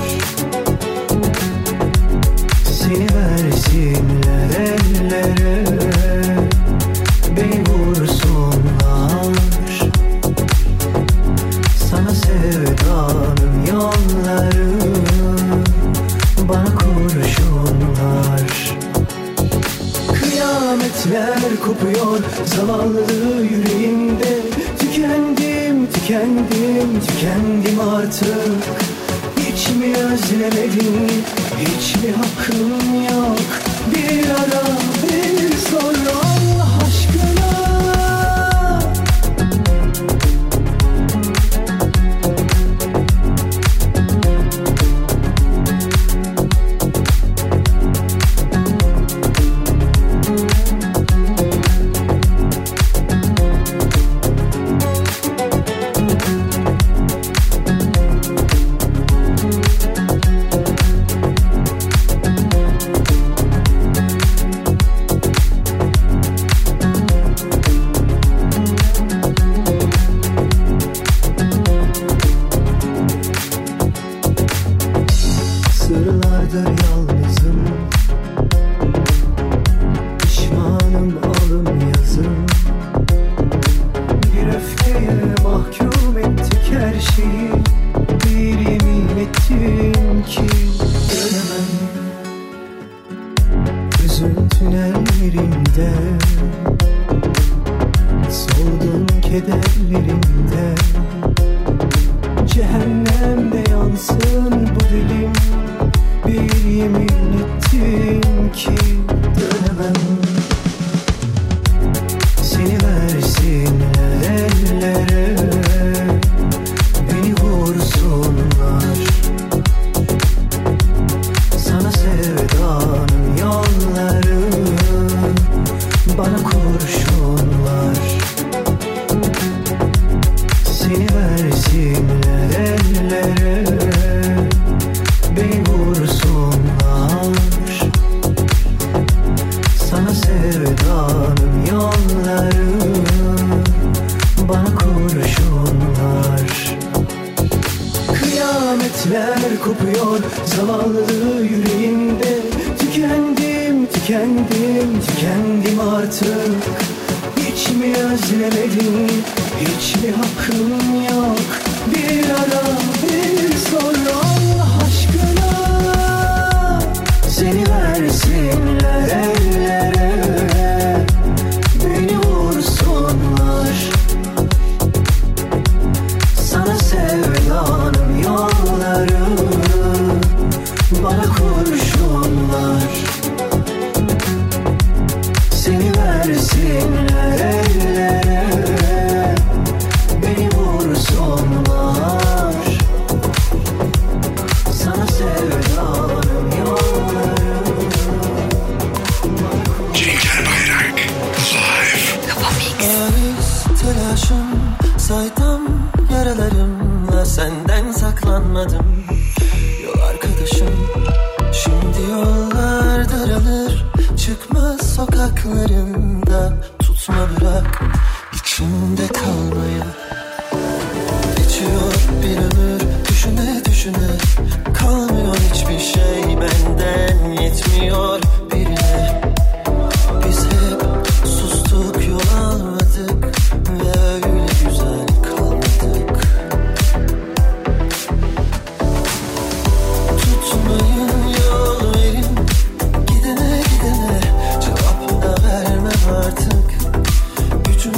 Seni versinler ellere, beni vursunlar. Sana sevdanın yolları, bana kurşunlar. Kıyametler kopuyor zavallı yüreğimde. Tükendim, tükendim, tükendim artık. Hiç mi özlemedin, hiç mi hakkım yok? Bir ara bir sor Allah aşkına. Sırlardır yalnızım, pişmanım alım yazım. Bir öfkeye mahkum ettik her şeyi, bir yemin ettim ki dönemem. Hüzün tünellerinde, soldum kederlerinde. Cehennemde yansın bu dilim, bir yemin ettim ki dönemem. Seni versinler ellere, beni vursunlar. Sana sevdanın yolları, bana kurşunlar. Seni versinler ellere, beni vursunlar. Sana sevdanın yolları, bana kurşunlar. Kıyametler kopuyor zavallı yüreğimde. Tükendim, tükendim, tükendim artık. Hiç mi özlemedin, hiç mi hakkım yok? Bir ara bir sor Allah aşkına. Seni versinler ellere, beni vursunlar. Sana sevdanın yolları, bana kurşunlar. Seni versinler ellere, beni vursunlar. Sana sevdanın yolları. Cenker Bayrak Live. Kafa Mix. Paris telaşım, saydım yaralarımla, senden saklanmadım. Yol arkadaşım, şimdi yollar daralır. Çıkma sokaklarında, tutma bırak içimde kalmayı. Geçiyor bir ömür düşüne düşüne, kalmıyor hiçbir şey benden, yetmiyor birine. Biz hep sustuk, yol almadık ve öyle güzel kalmadık. Tutmayın, yol verin, gidene gidene cevap da vermem artık. Gücüm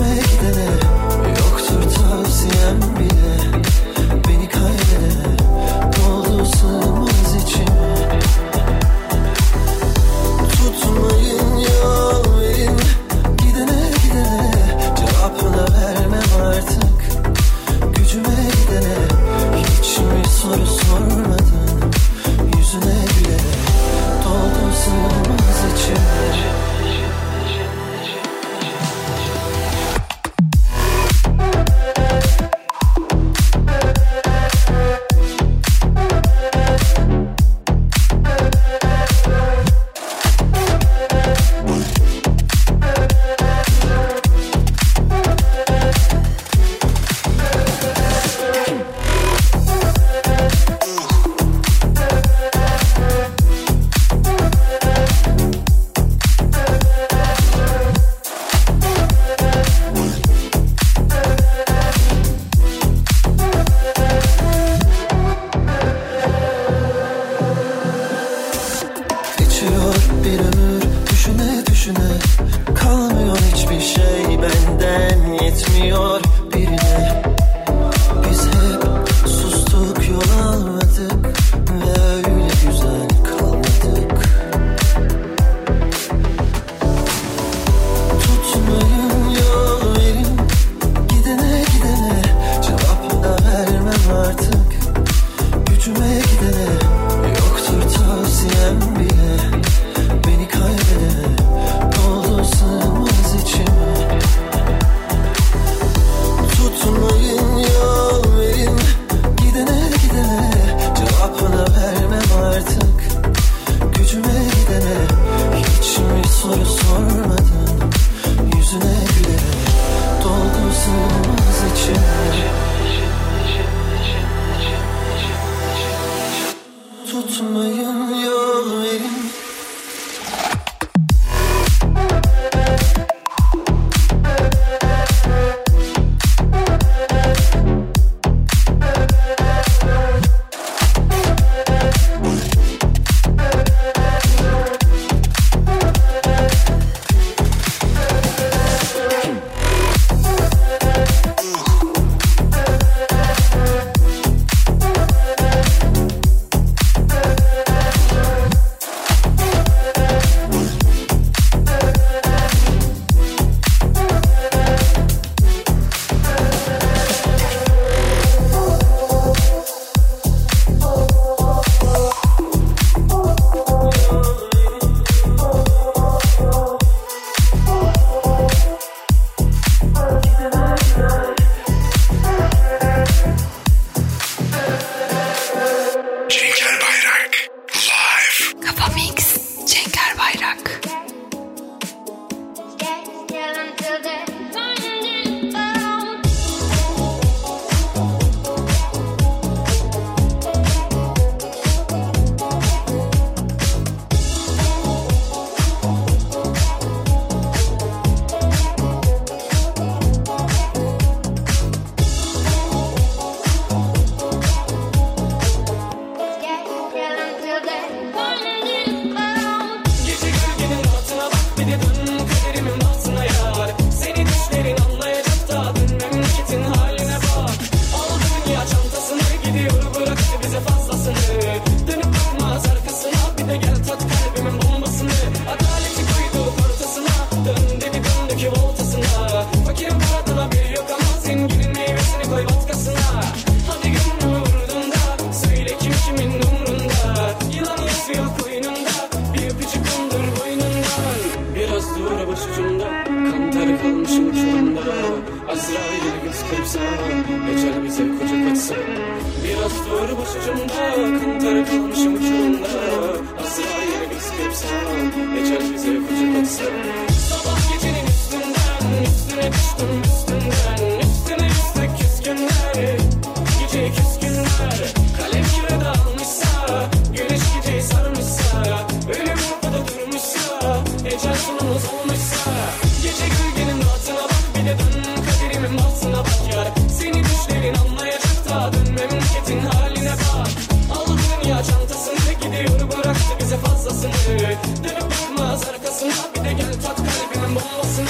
Ecel bize kucak açsa. Biraz dur başucumda, kantar kalmışım uçurumda. Azrail'e biz kırpsam, ecel bize kucak açsa. Sabah gecenin üstünden, üstüne düştüm üstünden. Üstüne üstlük küskünler, gece küskünler. Kalem kağıda almışsa, güneş geceyi sarmışsa. Ölüm kapıda durmuşsa, ecel sonumuz olmuşsa. Gece gölgenin altına bak, bir de dön kaderimin altına bak yar. Seni düşlerin anlayacak da, dön memleketin haline bak. Al dünya çantasını, gidiyor bıraktı bize fazlasını. Dönüp bakmaz arkasına, bir de gel tat kalbimin bombasını.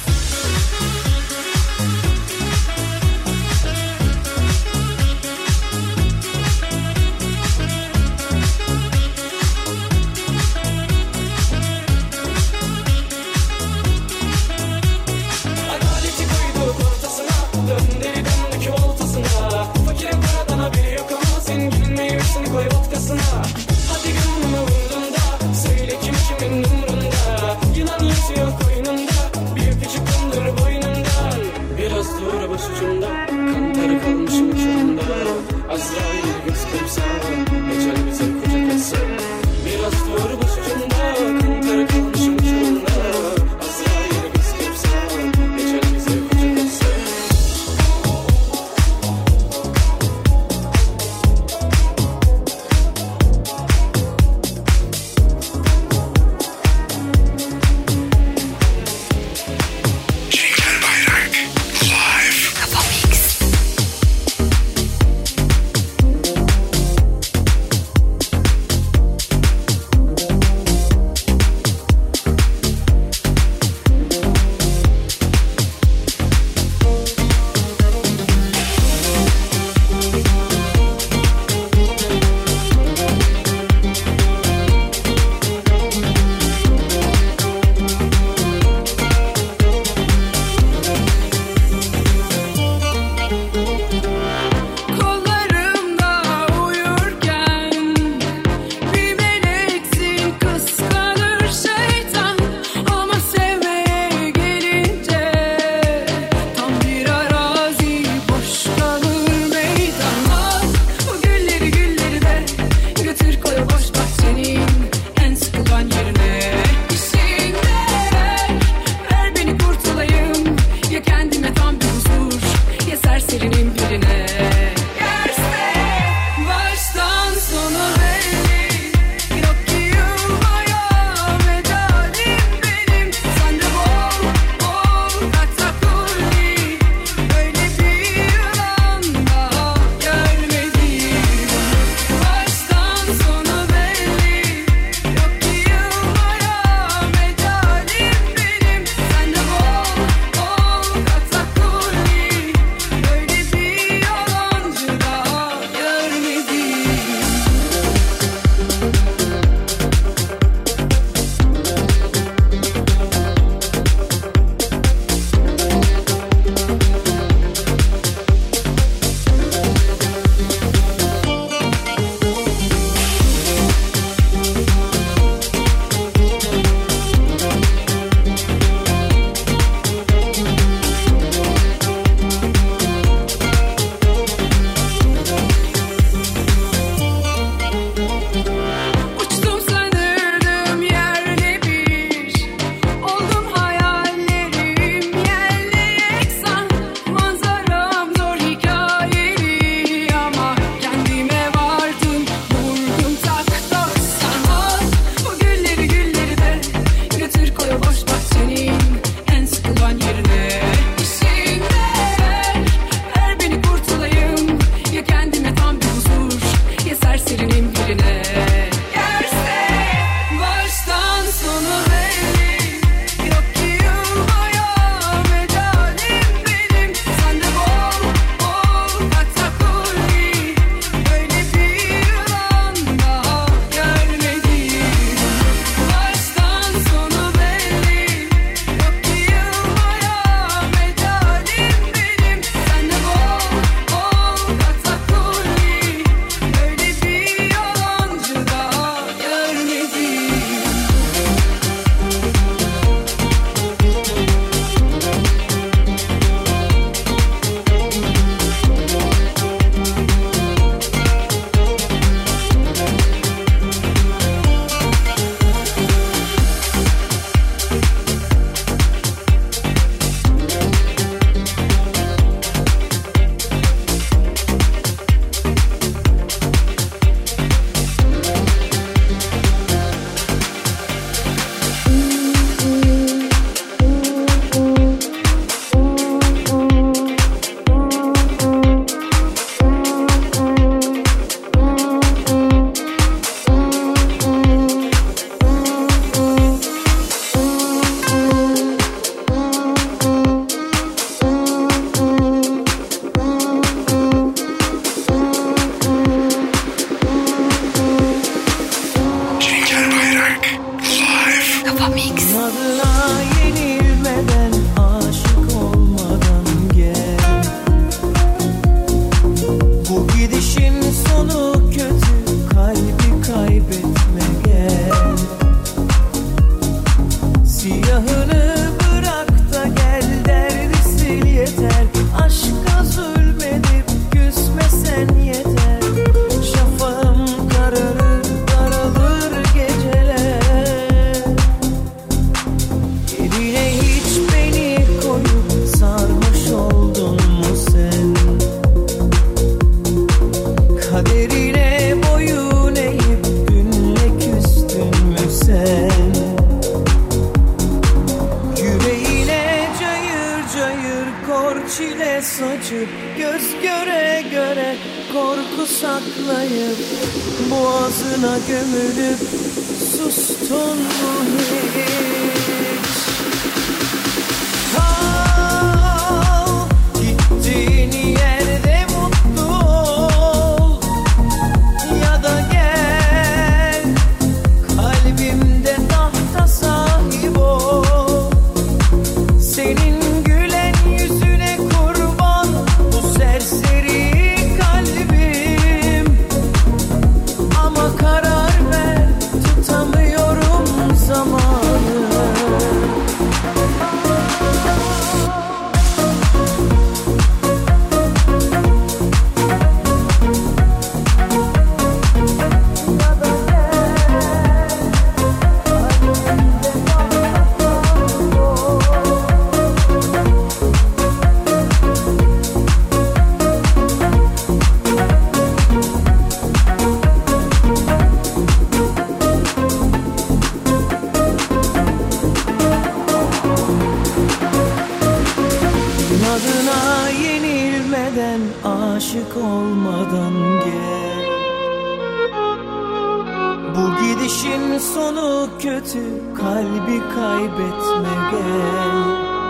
Adaleti koyduk ortasına, dön deli döndük oltasına. Fakirin paradan haberi yok ama zenginin meyvesini koy vodkasına. Hadi gönlüme vurduğunda, söyle kim kimin umrunda. Yılan yatıyor koynunda, büyük küçük kondur boynundan. Biraz dur başucumda, kantarı kalmışım uçurumda. Azrail göz kırpsa, ecel bize kucak açsa. Biraz dur başucumda, kantarı kalmışım uçurumda. Azrail göz kırpsa, ecel bize kucak açsa. Cenker Bayrak Live. Kafa Mix. Kollarımda uyurken bir meleksin, kıskanır şeytan. Ama sevmeye gelince tam bir arazi, boş kalır meydan. Al bu gülleri gülleri de götür koy boş bahçenin en sıkılan yerine. İşinde ver, ver beni kurtulayım. Ya kendime tam bir huzur, ya serserinin birine. Yerse baştan sona belli, yok ki yılmaya medalim benim. Sen de bol bol katakulli, böyle bir yılan daha görmedim. Baştan sona belli, yok ki yılmaya medalim benim. Sen de bol bol katakulli, böyle bir yılan daha görmedim. göz göre göre korku saklayıp boğazına gömülüp sustun mu hiç? Kal gittiğin yerde mutlu ol ya da gel kalbimde tahta sahip ol. Senin gülen yüzüne kurban bu serseri kalbim. Ama karar ver, tutamıyorum zamanı. Adına yenilmeden, aşık olmadan gel. Bu gidişin sonu kötü, kalbi kaybetme gel.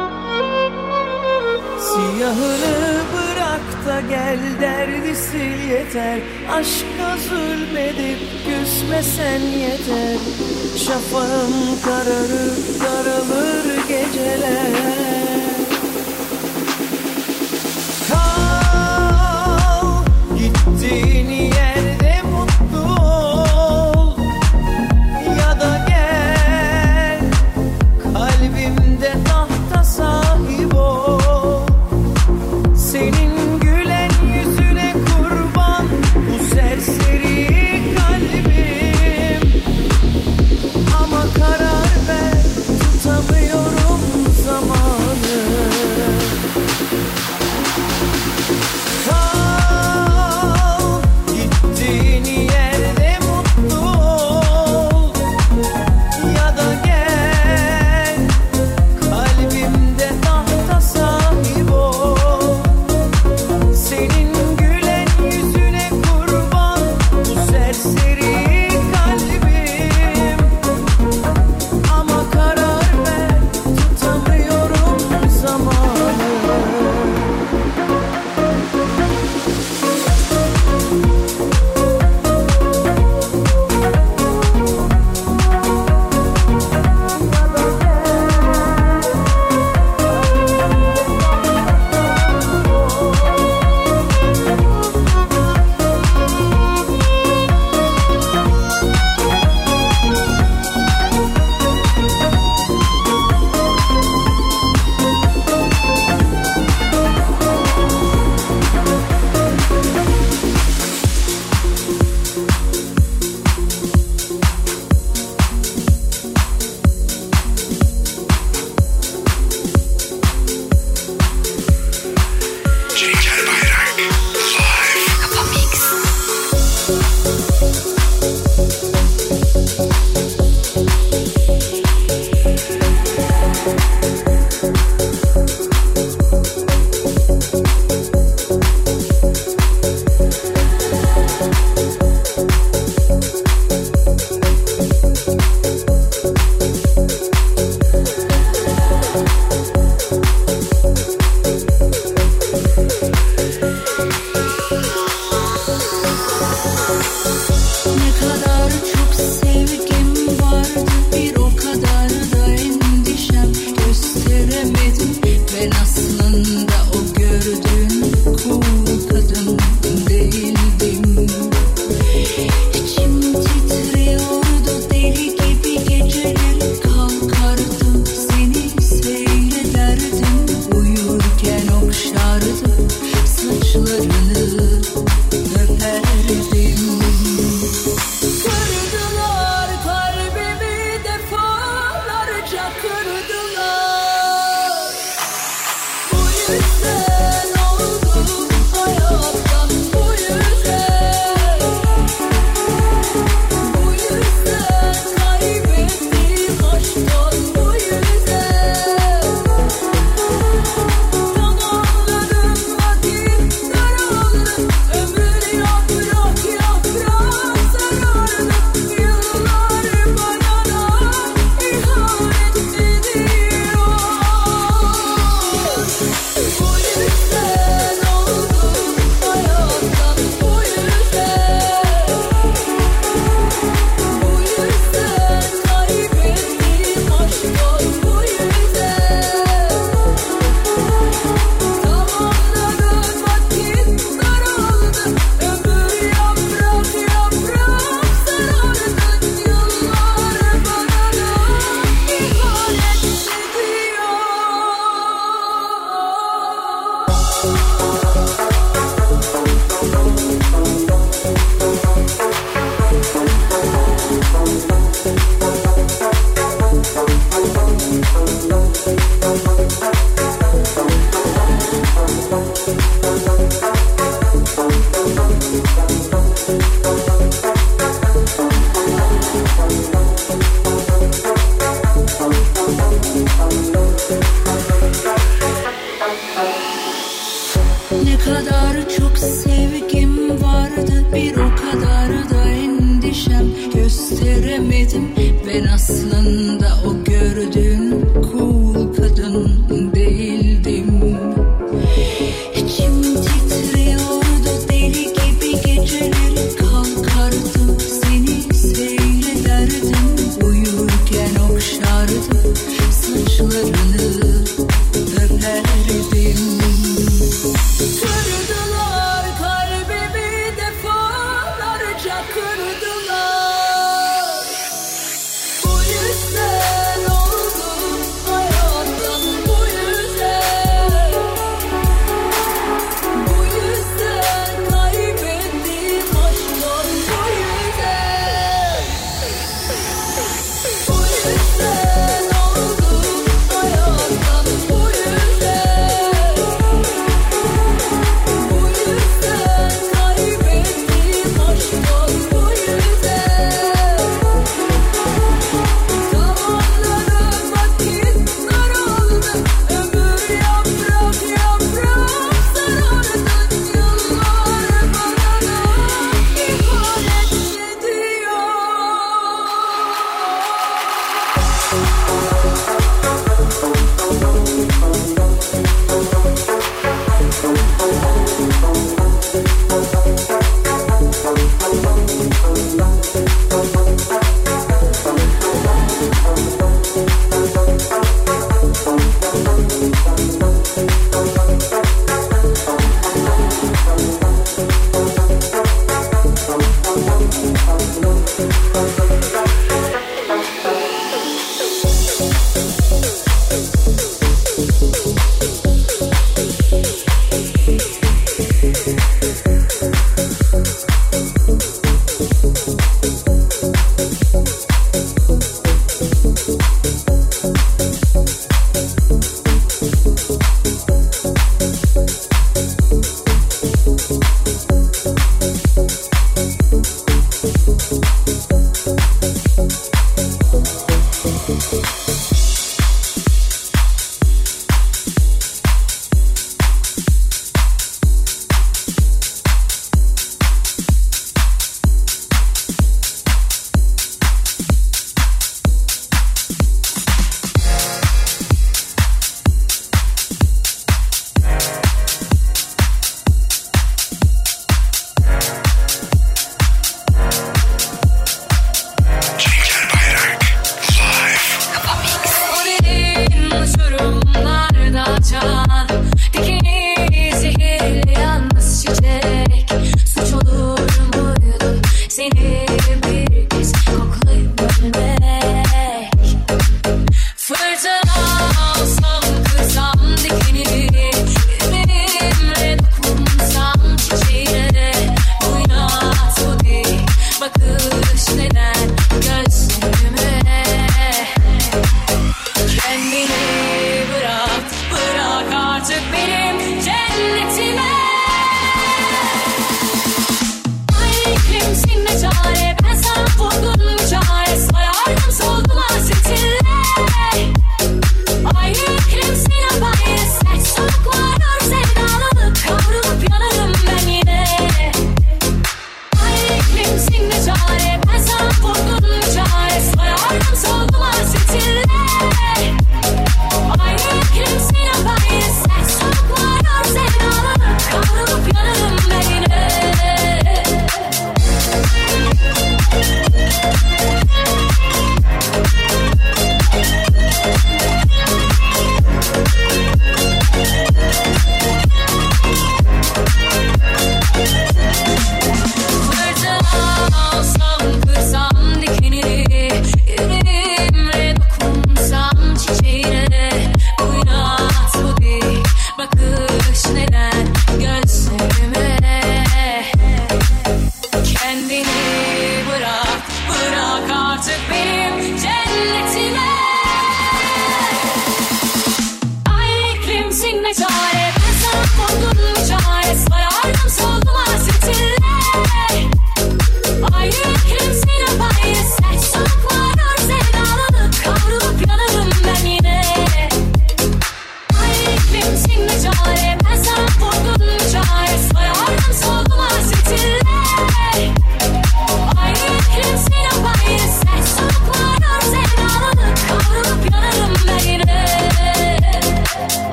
Siyahını bırak da gel, derdi sil yeter. Aşka zulmedip küsmesen yeter. Şafağım kararır, daralır geceler. Kal gittiğin yerde mutlu ol ya da gel kalbimde tahta sahip ol. Senin gülen yüzüne kurban bu serseri kalbim. Ama karar ver, tutamıyorum zamanı. Kal gittiğin yerde mutlu ol ya da gel kalbimde tahta sahip ol. Senin gülen yüzüne kurban bu serseri kalbim. Ama karar ver, tutamıyorum zamanı. Cenker Bayrak Live. Kafa Mix. Ne kadar çok sevgim vardı, bir o kadar da endişem. Gösteremedim, ben aslında o gördüğün cool kadın değildim. İçim titriyordu deli gibi, geceleri kalkardım, seni seyrederdim. Uyurken okşardım saçlarını, öperdim. Kırdılar kalbimi, defalarca kırdılar. Bu yüzden oldum hayattan, bu yüzden. Bu yüzden kaybettim aşktan, bu yüzden. Tamamladım vakit kadar çok sevgim vardı, bir o kadar da endişem. Gösteremedim, ben aslında o gördüğün cool kadın değildim. İçim titriyordu deli gibi, geceleri kalkardım, seni seyrederdim. Uyurken okşardım saçlarını, öperdim. Kırdılar kalbimi, defalarca kırdılar. Bu yüzden oldum hayattan, bu yüzden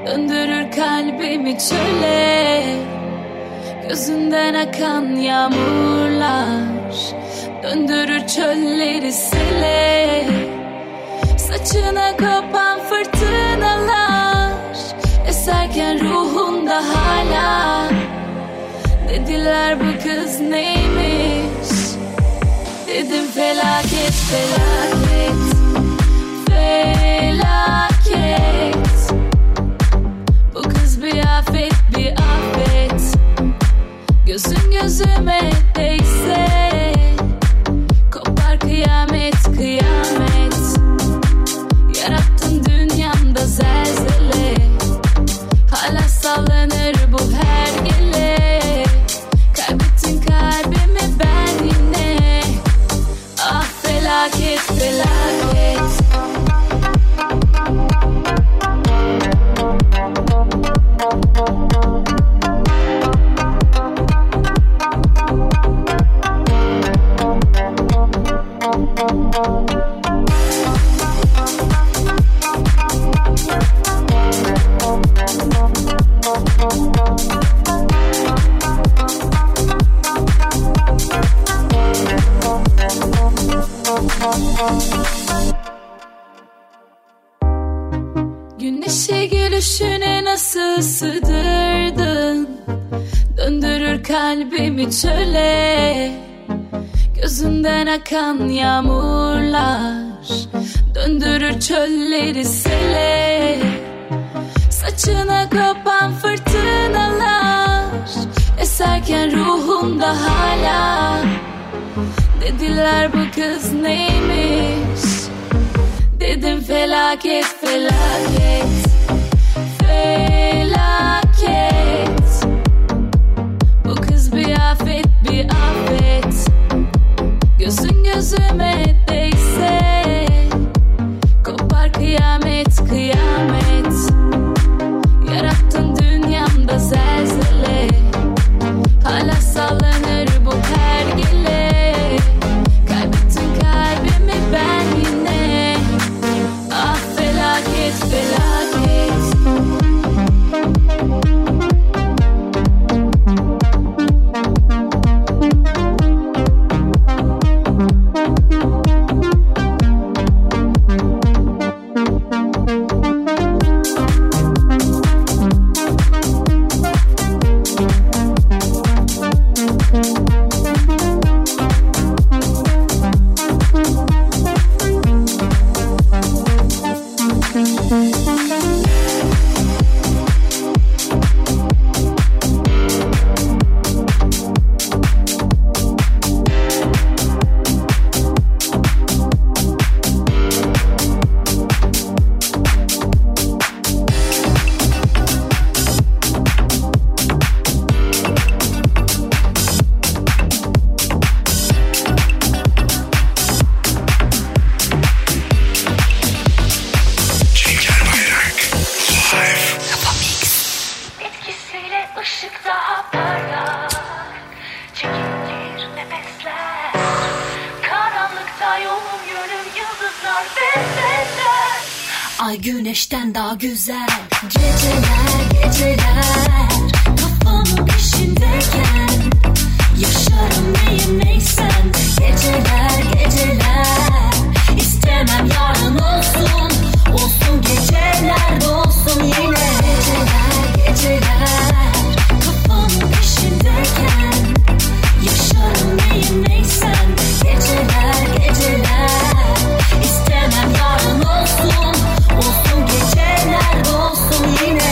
döndürür kalbimi çöle. Gözünden akan yağmurlar döndürür çölleri sele. Saçına kopan fırtınalar eserken ruhunda hala. Dediler bu kız neymiş? Dedim felaket felaket felaket. Bu kız bir afet bir afet. Gözün gözüme değse kopar kıyamet kıyamet. Yarattın dünyamda zelzele. Hala sallanır bu hergele. Kaybettin kalbimi ben yine. Ah felaket felaket. Güneşe gülüşüne nasıl sığdırdın? Döndürür kalbimi çöle. Gözünden akan yağmurlar döndürür çölleri sele. Saçına kopan fırtınalar eserken ruhumda hala. Dediler bu kız neymiş? Dedim felaket felaket felaket. Bu kız bir afet bir afet. Gözün gözüme değse kopar kıyamet kıyamet. Yarattın dünyamda zelzele. Hala sallanır bu hergele. Kaybettin kalbimi ben yine. Ah felaket felaket. Ay güneşten daha güzel. Geceler geceler kafamın peşindeyken yaşarım neyim neysen. Geceler geceler istemem yarın olsun. Olsun geceler dolsun yine. Geceler geceler kafamın peşindeyken yaşarım neyim neysen. Geceler geceler istemem yarın olsun. Olsun geceler dolsun yine.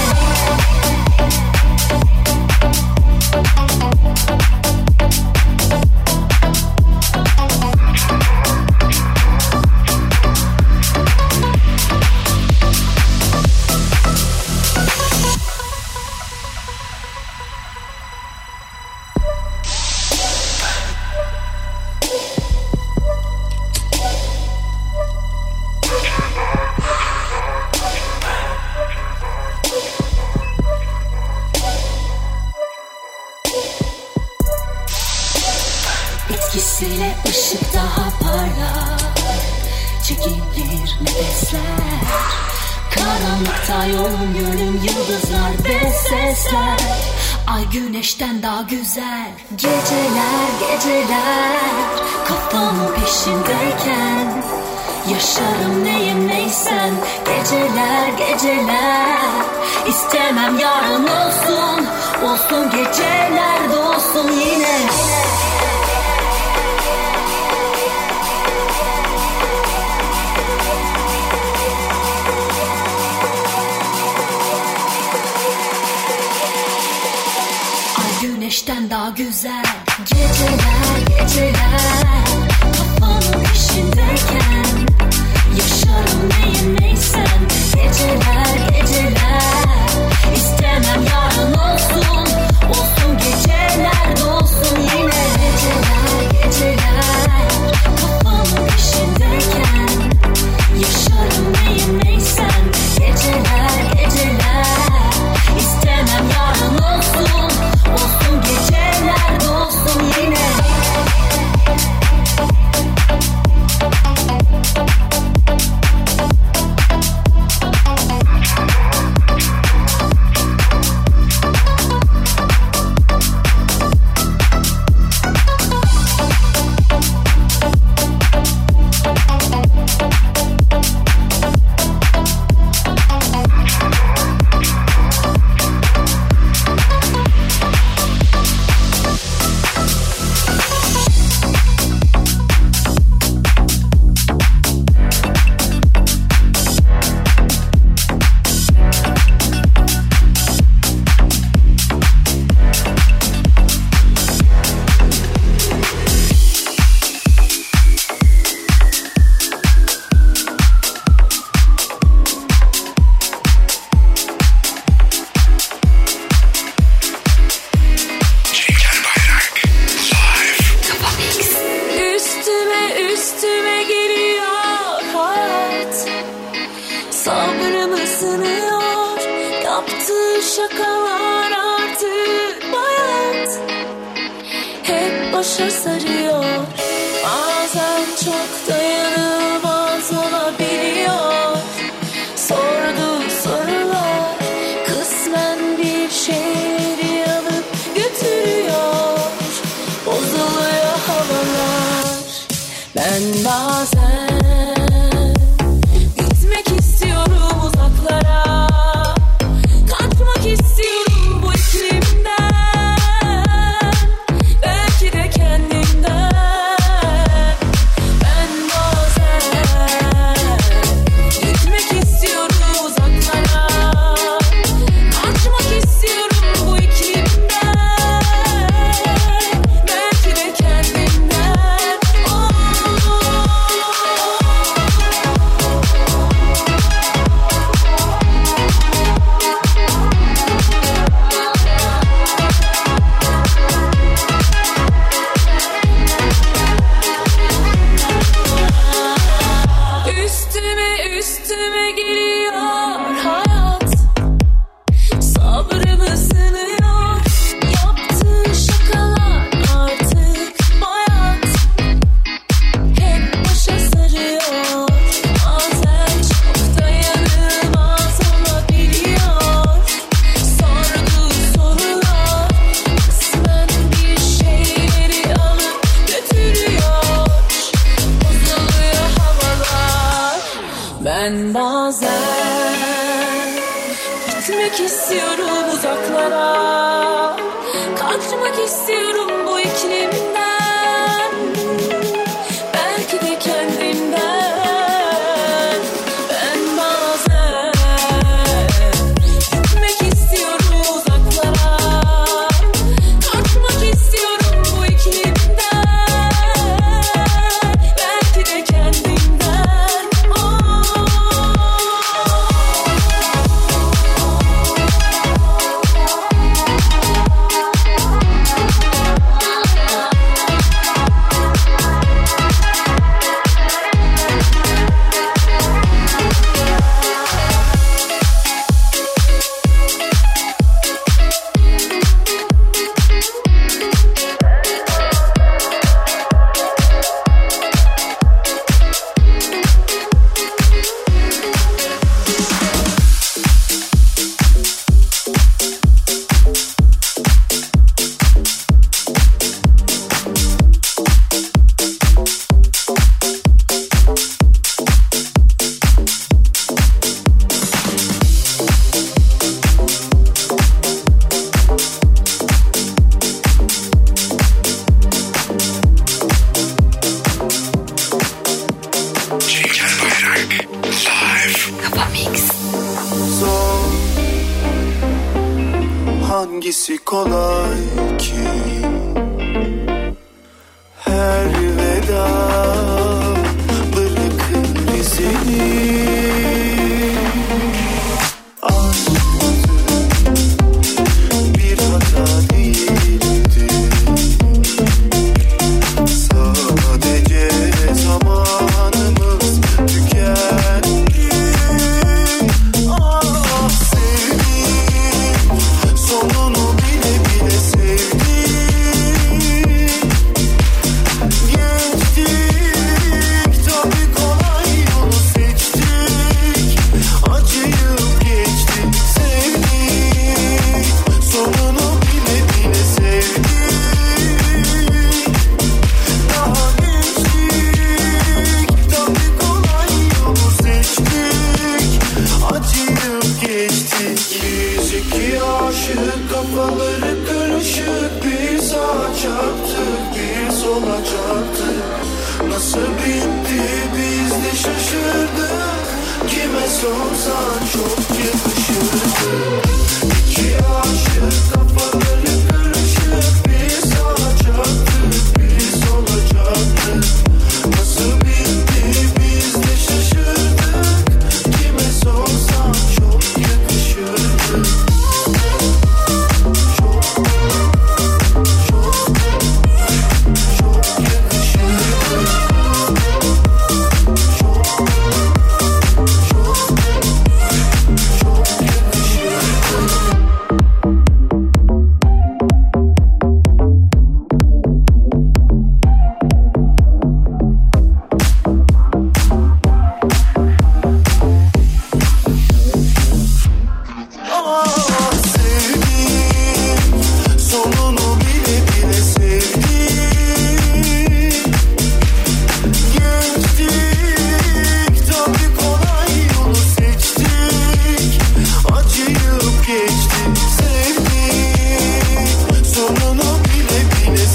Etkisiyle ışık daha parlak, çekilir nefesler. Karanlıkta yolum yönüm yıldızlar ve sesler. Ay güneşten daha güzel. Geceler geceler kafamın peşindeyken yaşarım neyim neysen. Geceler geceler istemem yarın olsun. Olsun geceler de olsun yine. Güneşten daha güzel. Geceler geceler kafamın peşindeyken yaşarım neyim neysen. Geceler geceler istemem yarın olsun. Olsun geceler de olsun yine. Geceler geceler kafamın peşindeyken yaşarım neyim neysen. Geceler geceler istemem yarın olsun. Olsun geceler de olsun yine. Mix. Zor, hangisi kolay ki? Her veda bırakır izini. Bir hata değildi, sadece zamanımız tükendi. Ah sevdim, sonunu bile bile sevdim. Geçtik, tabii kolay yolu seçtik. Acıyıp geçtik, sevdik, sonunu bile bile sevdik. Daha gençtik, tabii kolay yolu seçtik. Acıyıp geçtik. Biz iki aşık, kafaları karışık. Bir sağa çarptık, bir sola çarptık. Nasıl bitti biz de şaşırdık. Kime sorsan çok yakışırdı. İki aşık, kafaları karışık. Bir sağa çarptık, bir sola çarptık. Nasıl bitti biz de şaşırdık. Kime sorsan çok yakışırdı. Ah sevdim, sonunu bile bile sevdim. Geçtik, tabii kolay yolu seçtik. Acıyıp geçtik, sevdik, sonunu bile bile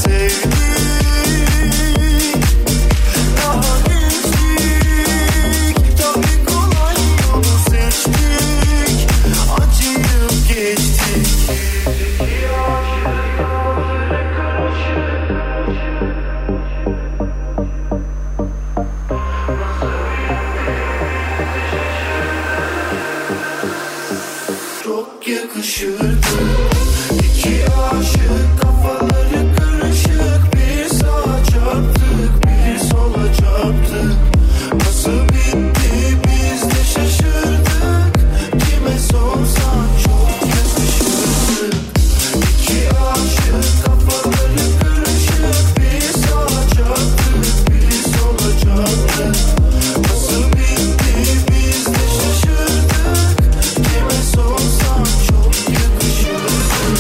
sevdik. Daha gençtik, tabii kolay yolu seçtik. Acıyıp geçtik. Çok yakışırdı. İki aşık, kafaları karışık. Bir sağa çarptık, bir sola çarptık. Nasıl bitti biz de şaşırdık. Kime sorsan çok yakışırdı. İki aşık, kafaları karışık. Bir sağa çarptık, bir sola çarptık. Nasıl bitti biz de şaşırdık. Kime sorsan çok yakışırdı.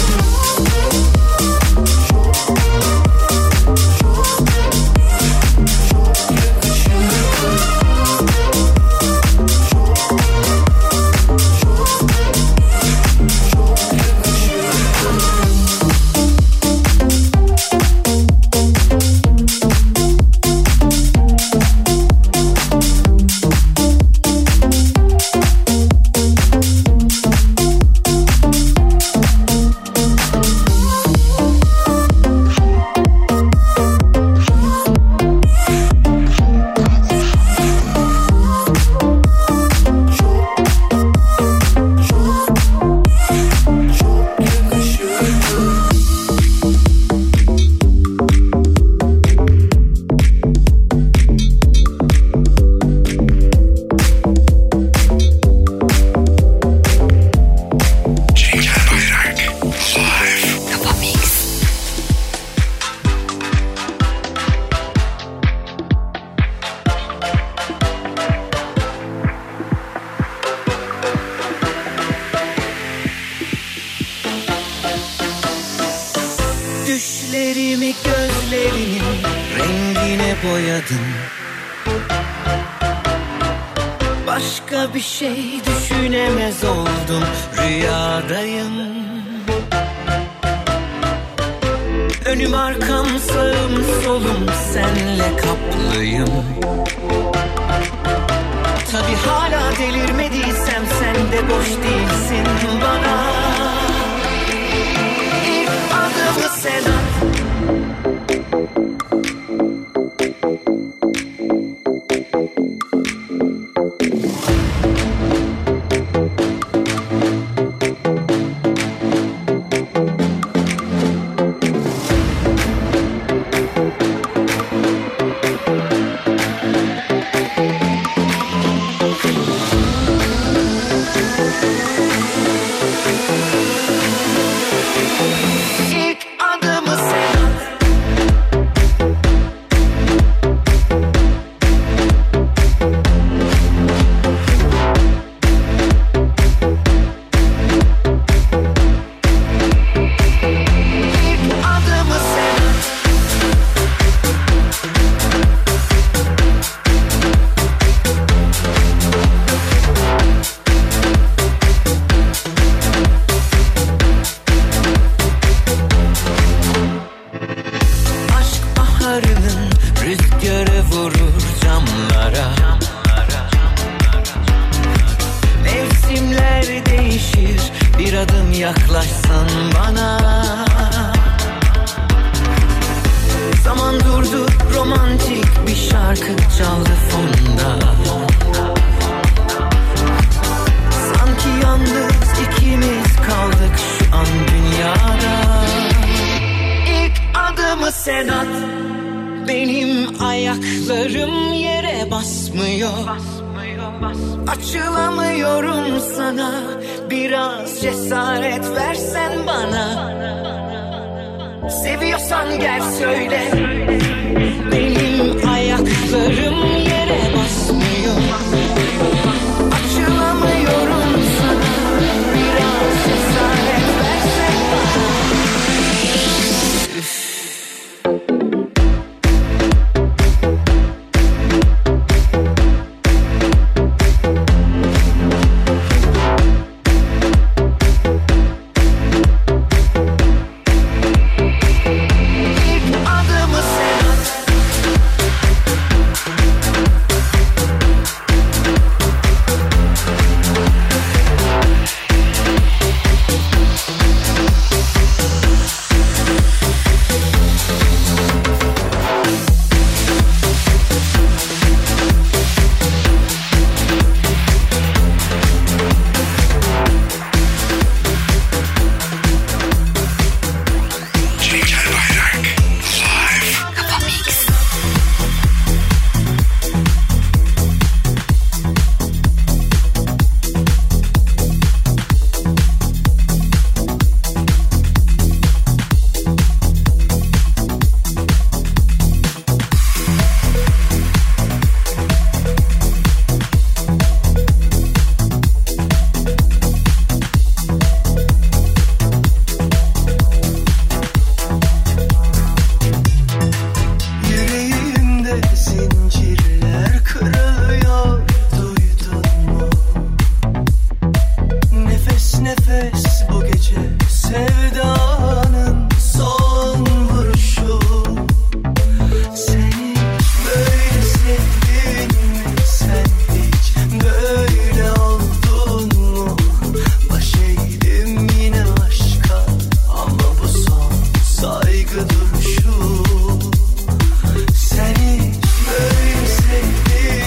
Düşlerimi gözlerinin rengine boyadın. Başka bir şey düşünemez oldum, rüyadayım. Önüm arkam sağım solum senle kaplıyım. Tabii hala delirmediysem de boş değilsin bana. İlk adımı sen at.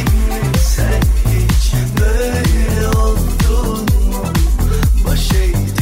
Shade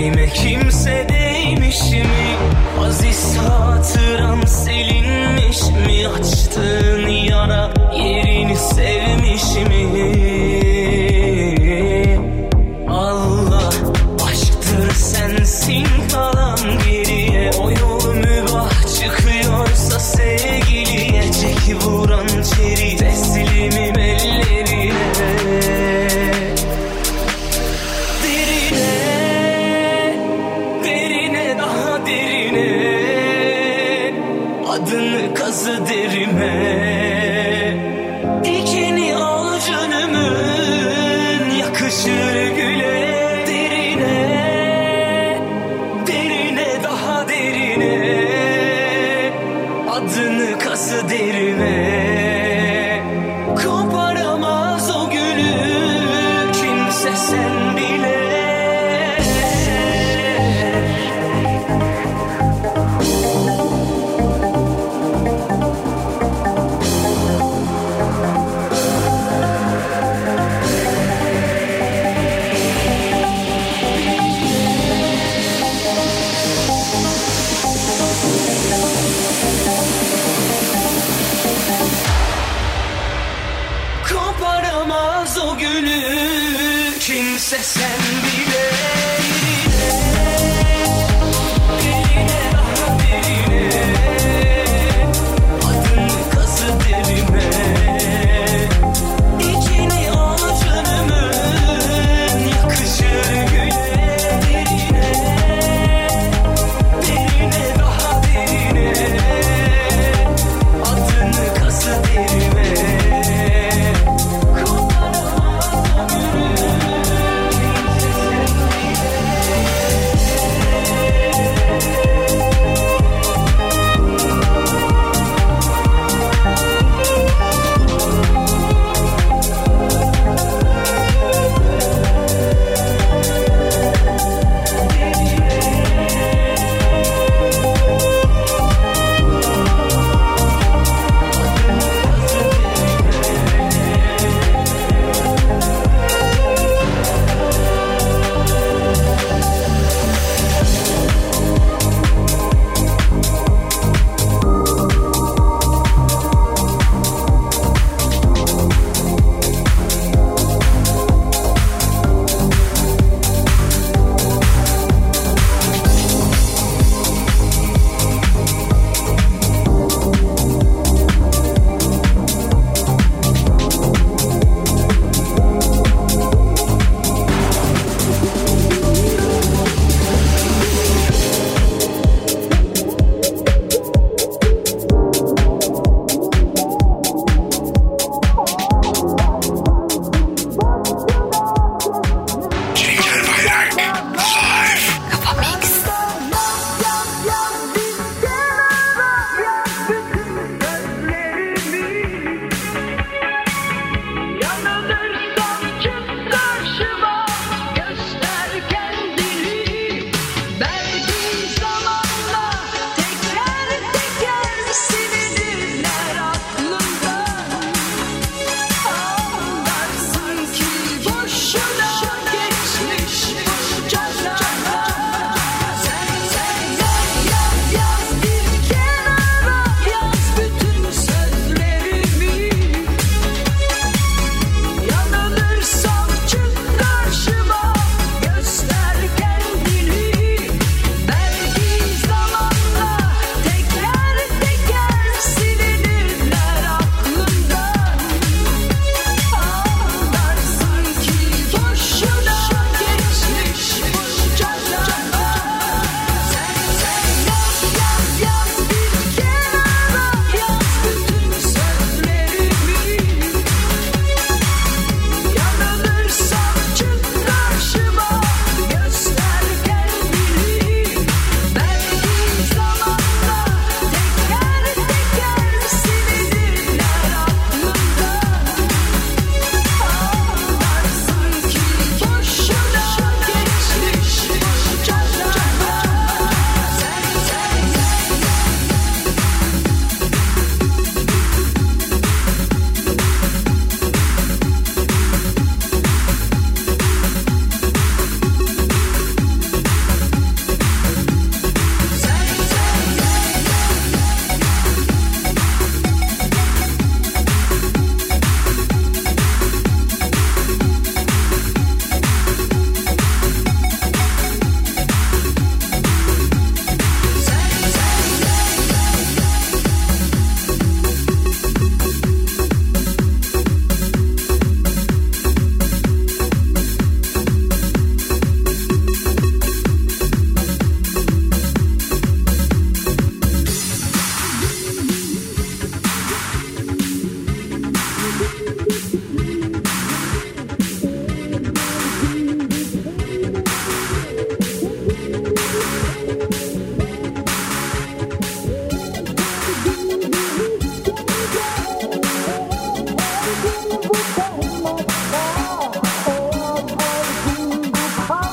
Yüreğime kimse değmiş mi? Aziz hatıram silinmiş mi? Açtığın yara yerini sevmiş mi? Allah aşktır sensin kalan geriye. O yol mübah çıkıyorsa sevgiliye. Çek vuran çeri teslimim ellerine. Derine, derine daha derine. Adını kazı derime. Dikeni al canımın yakışır güle. Derine, derine daha derine. Adını kazı derime. Koparamaz o gülü kimse sen bile. Koparamaz o gülü kimse sen bile. Derine daha derine. Adını kazı derime. İçini al canımın yakışır güle. Derine, derine daha derine. Adını kazı derime. Koparamaz o gülü kimse sen bile.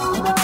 sana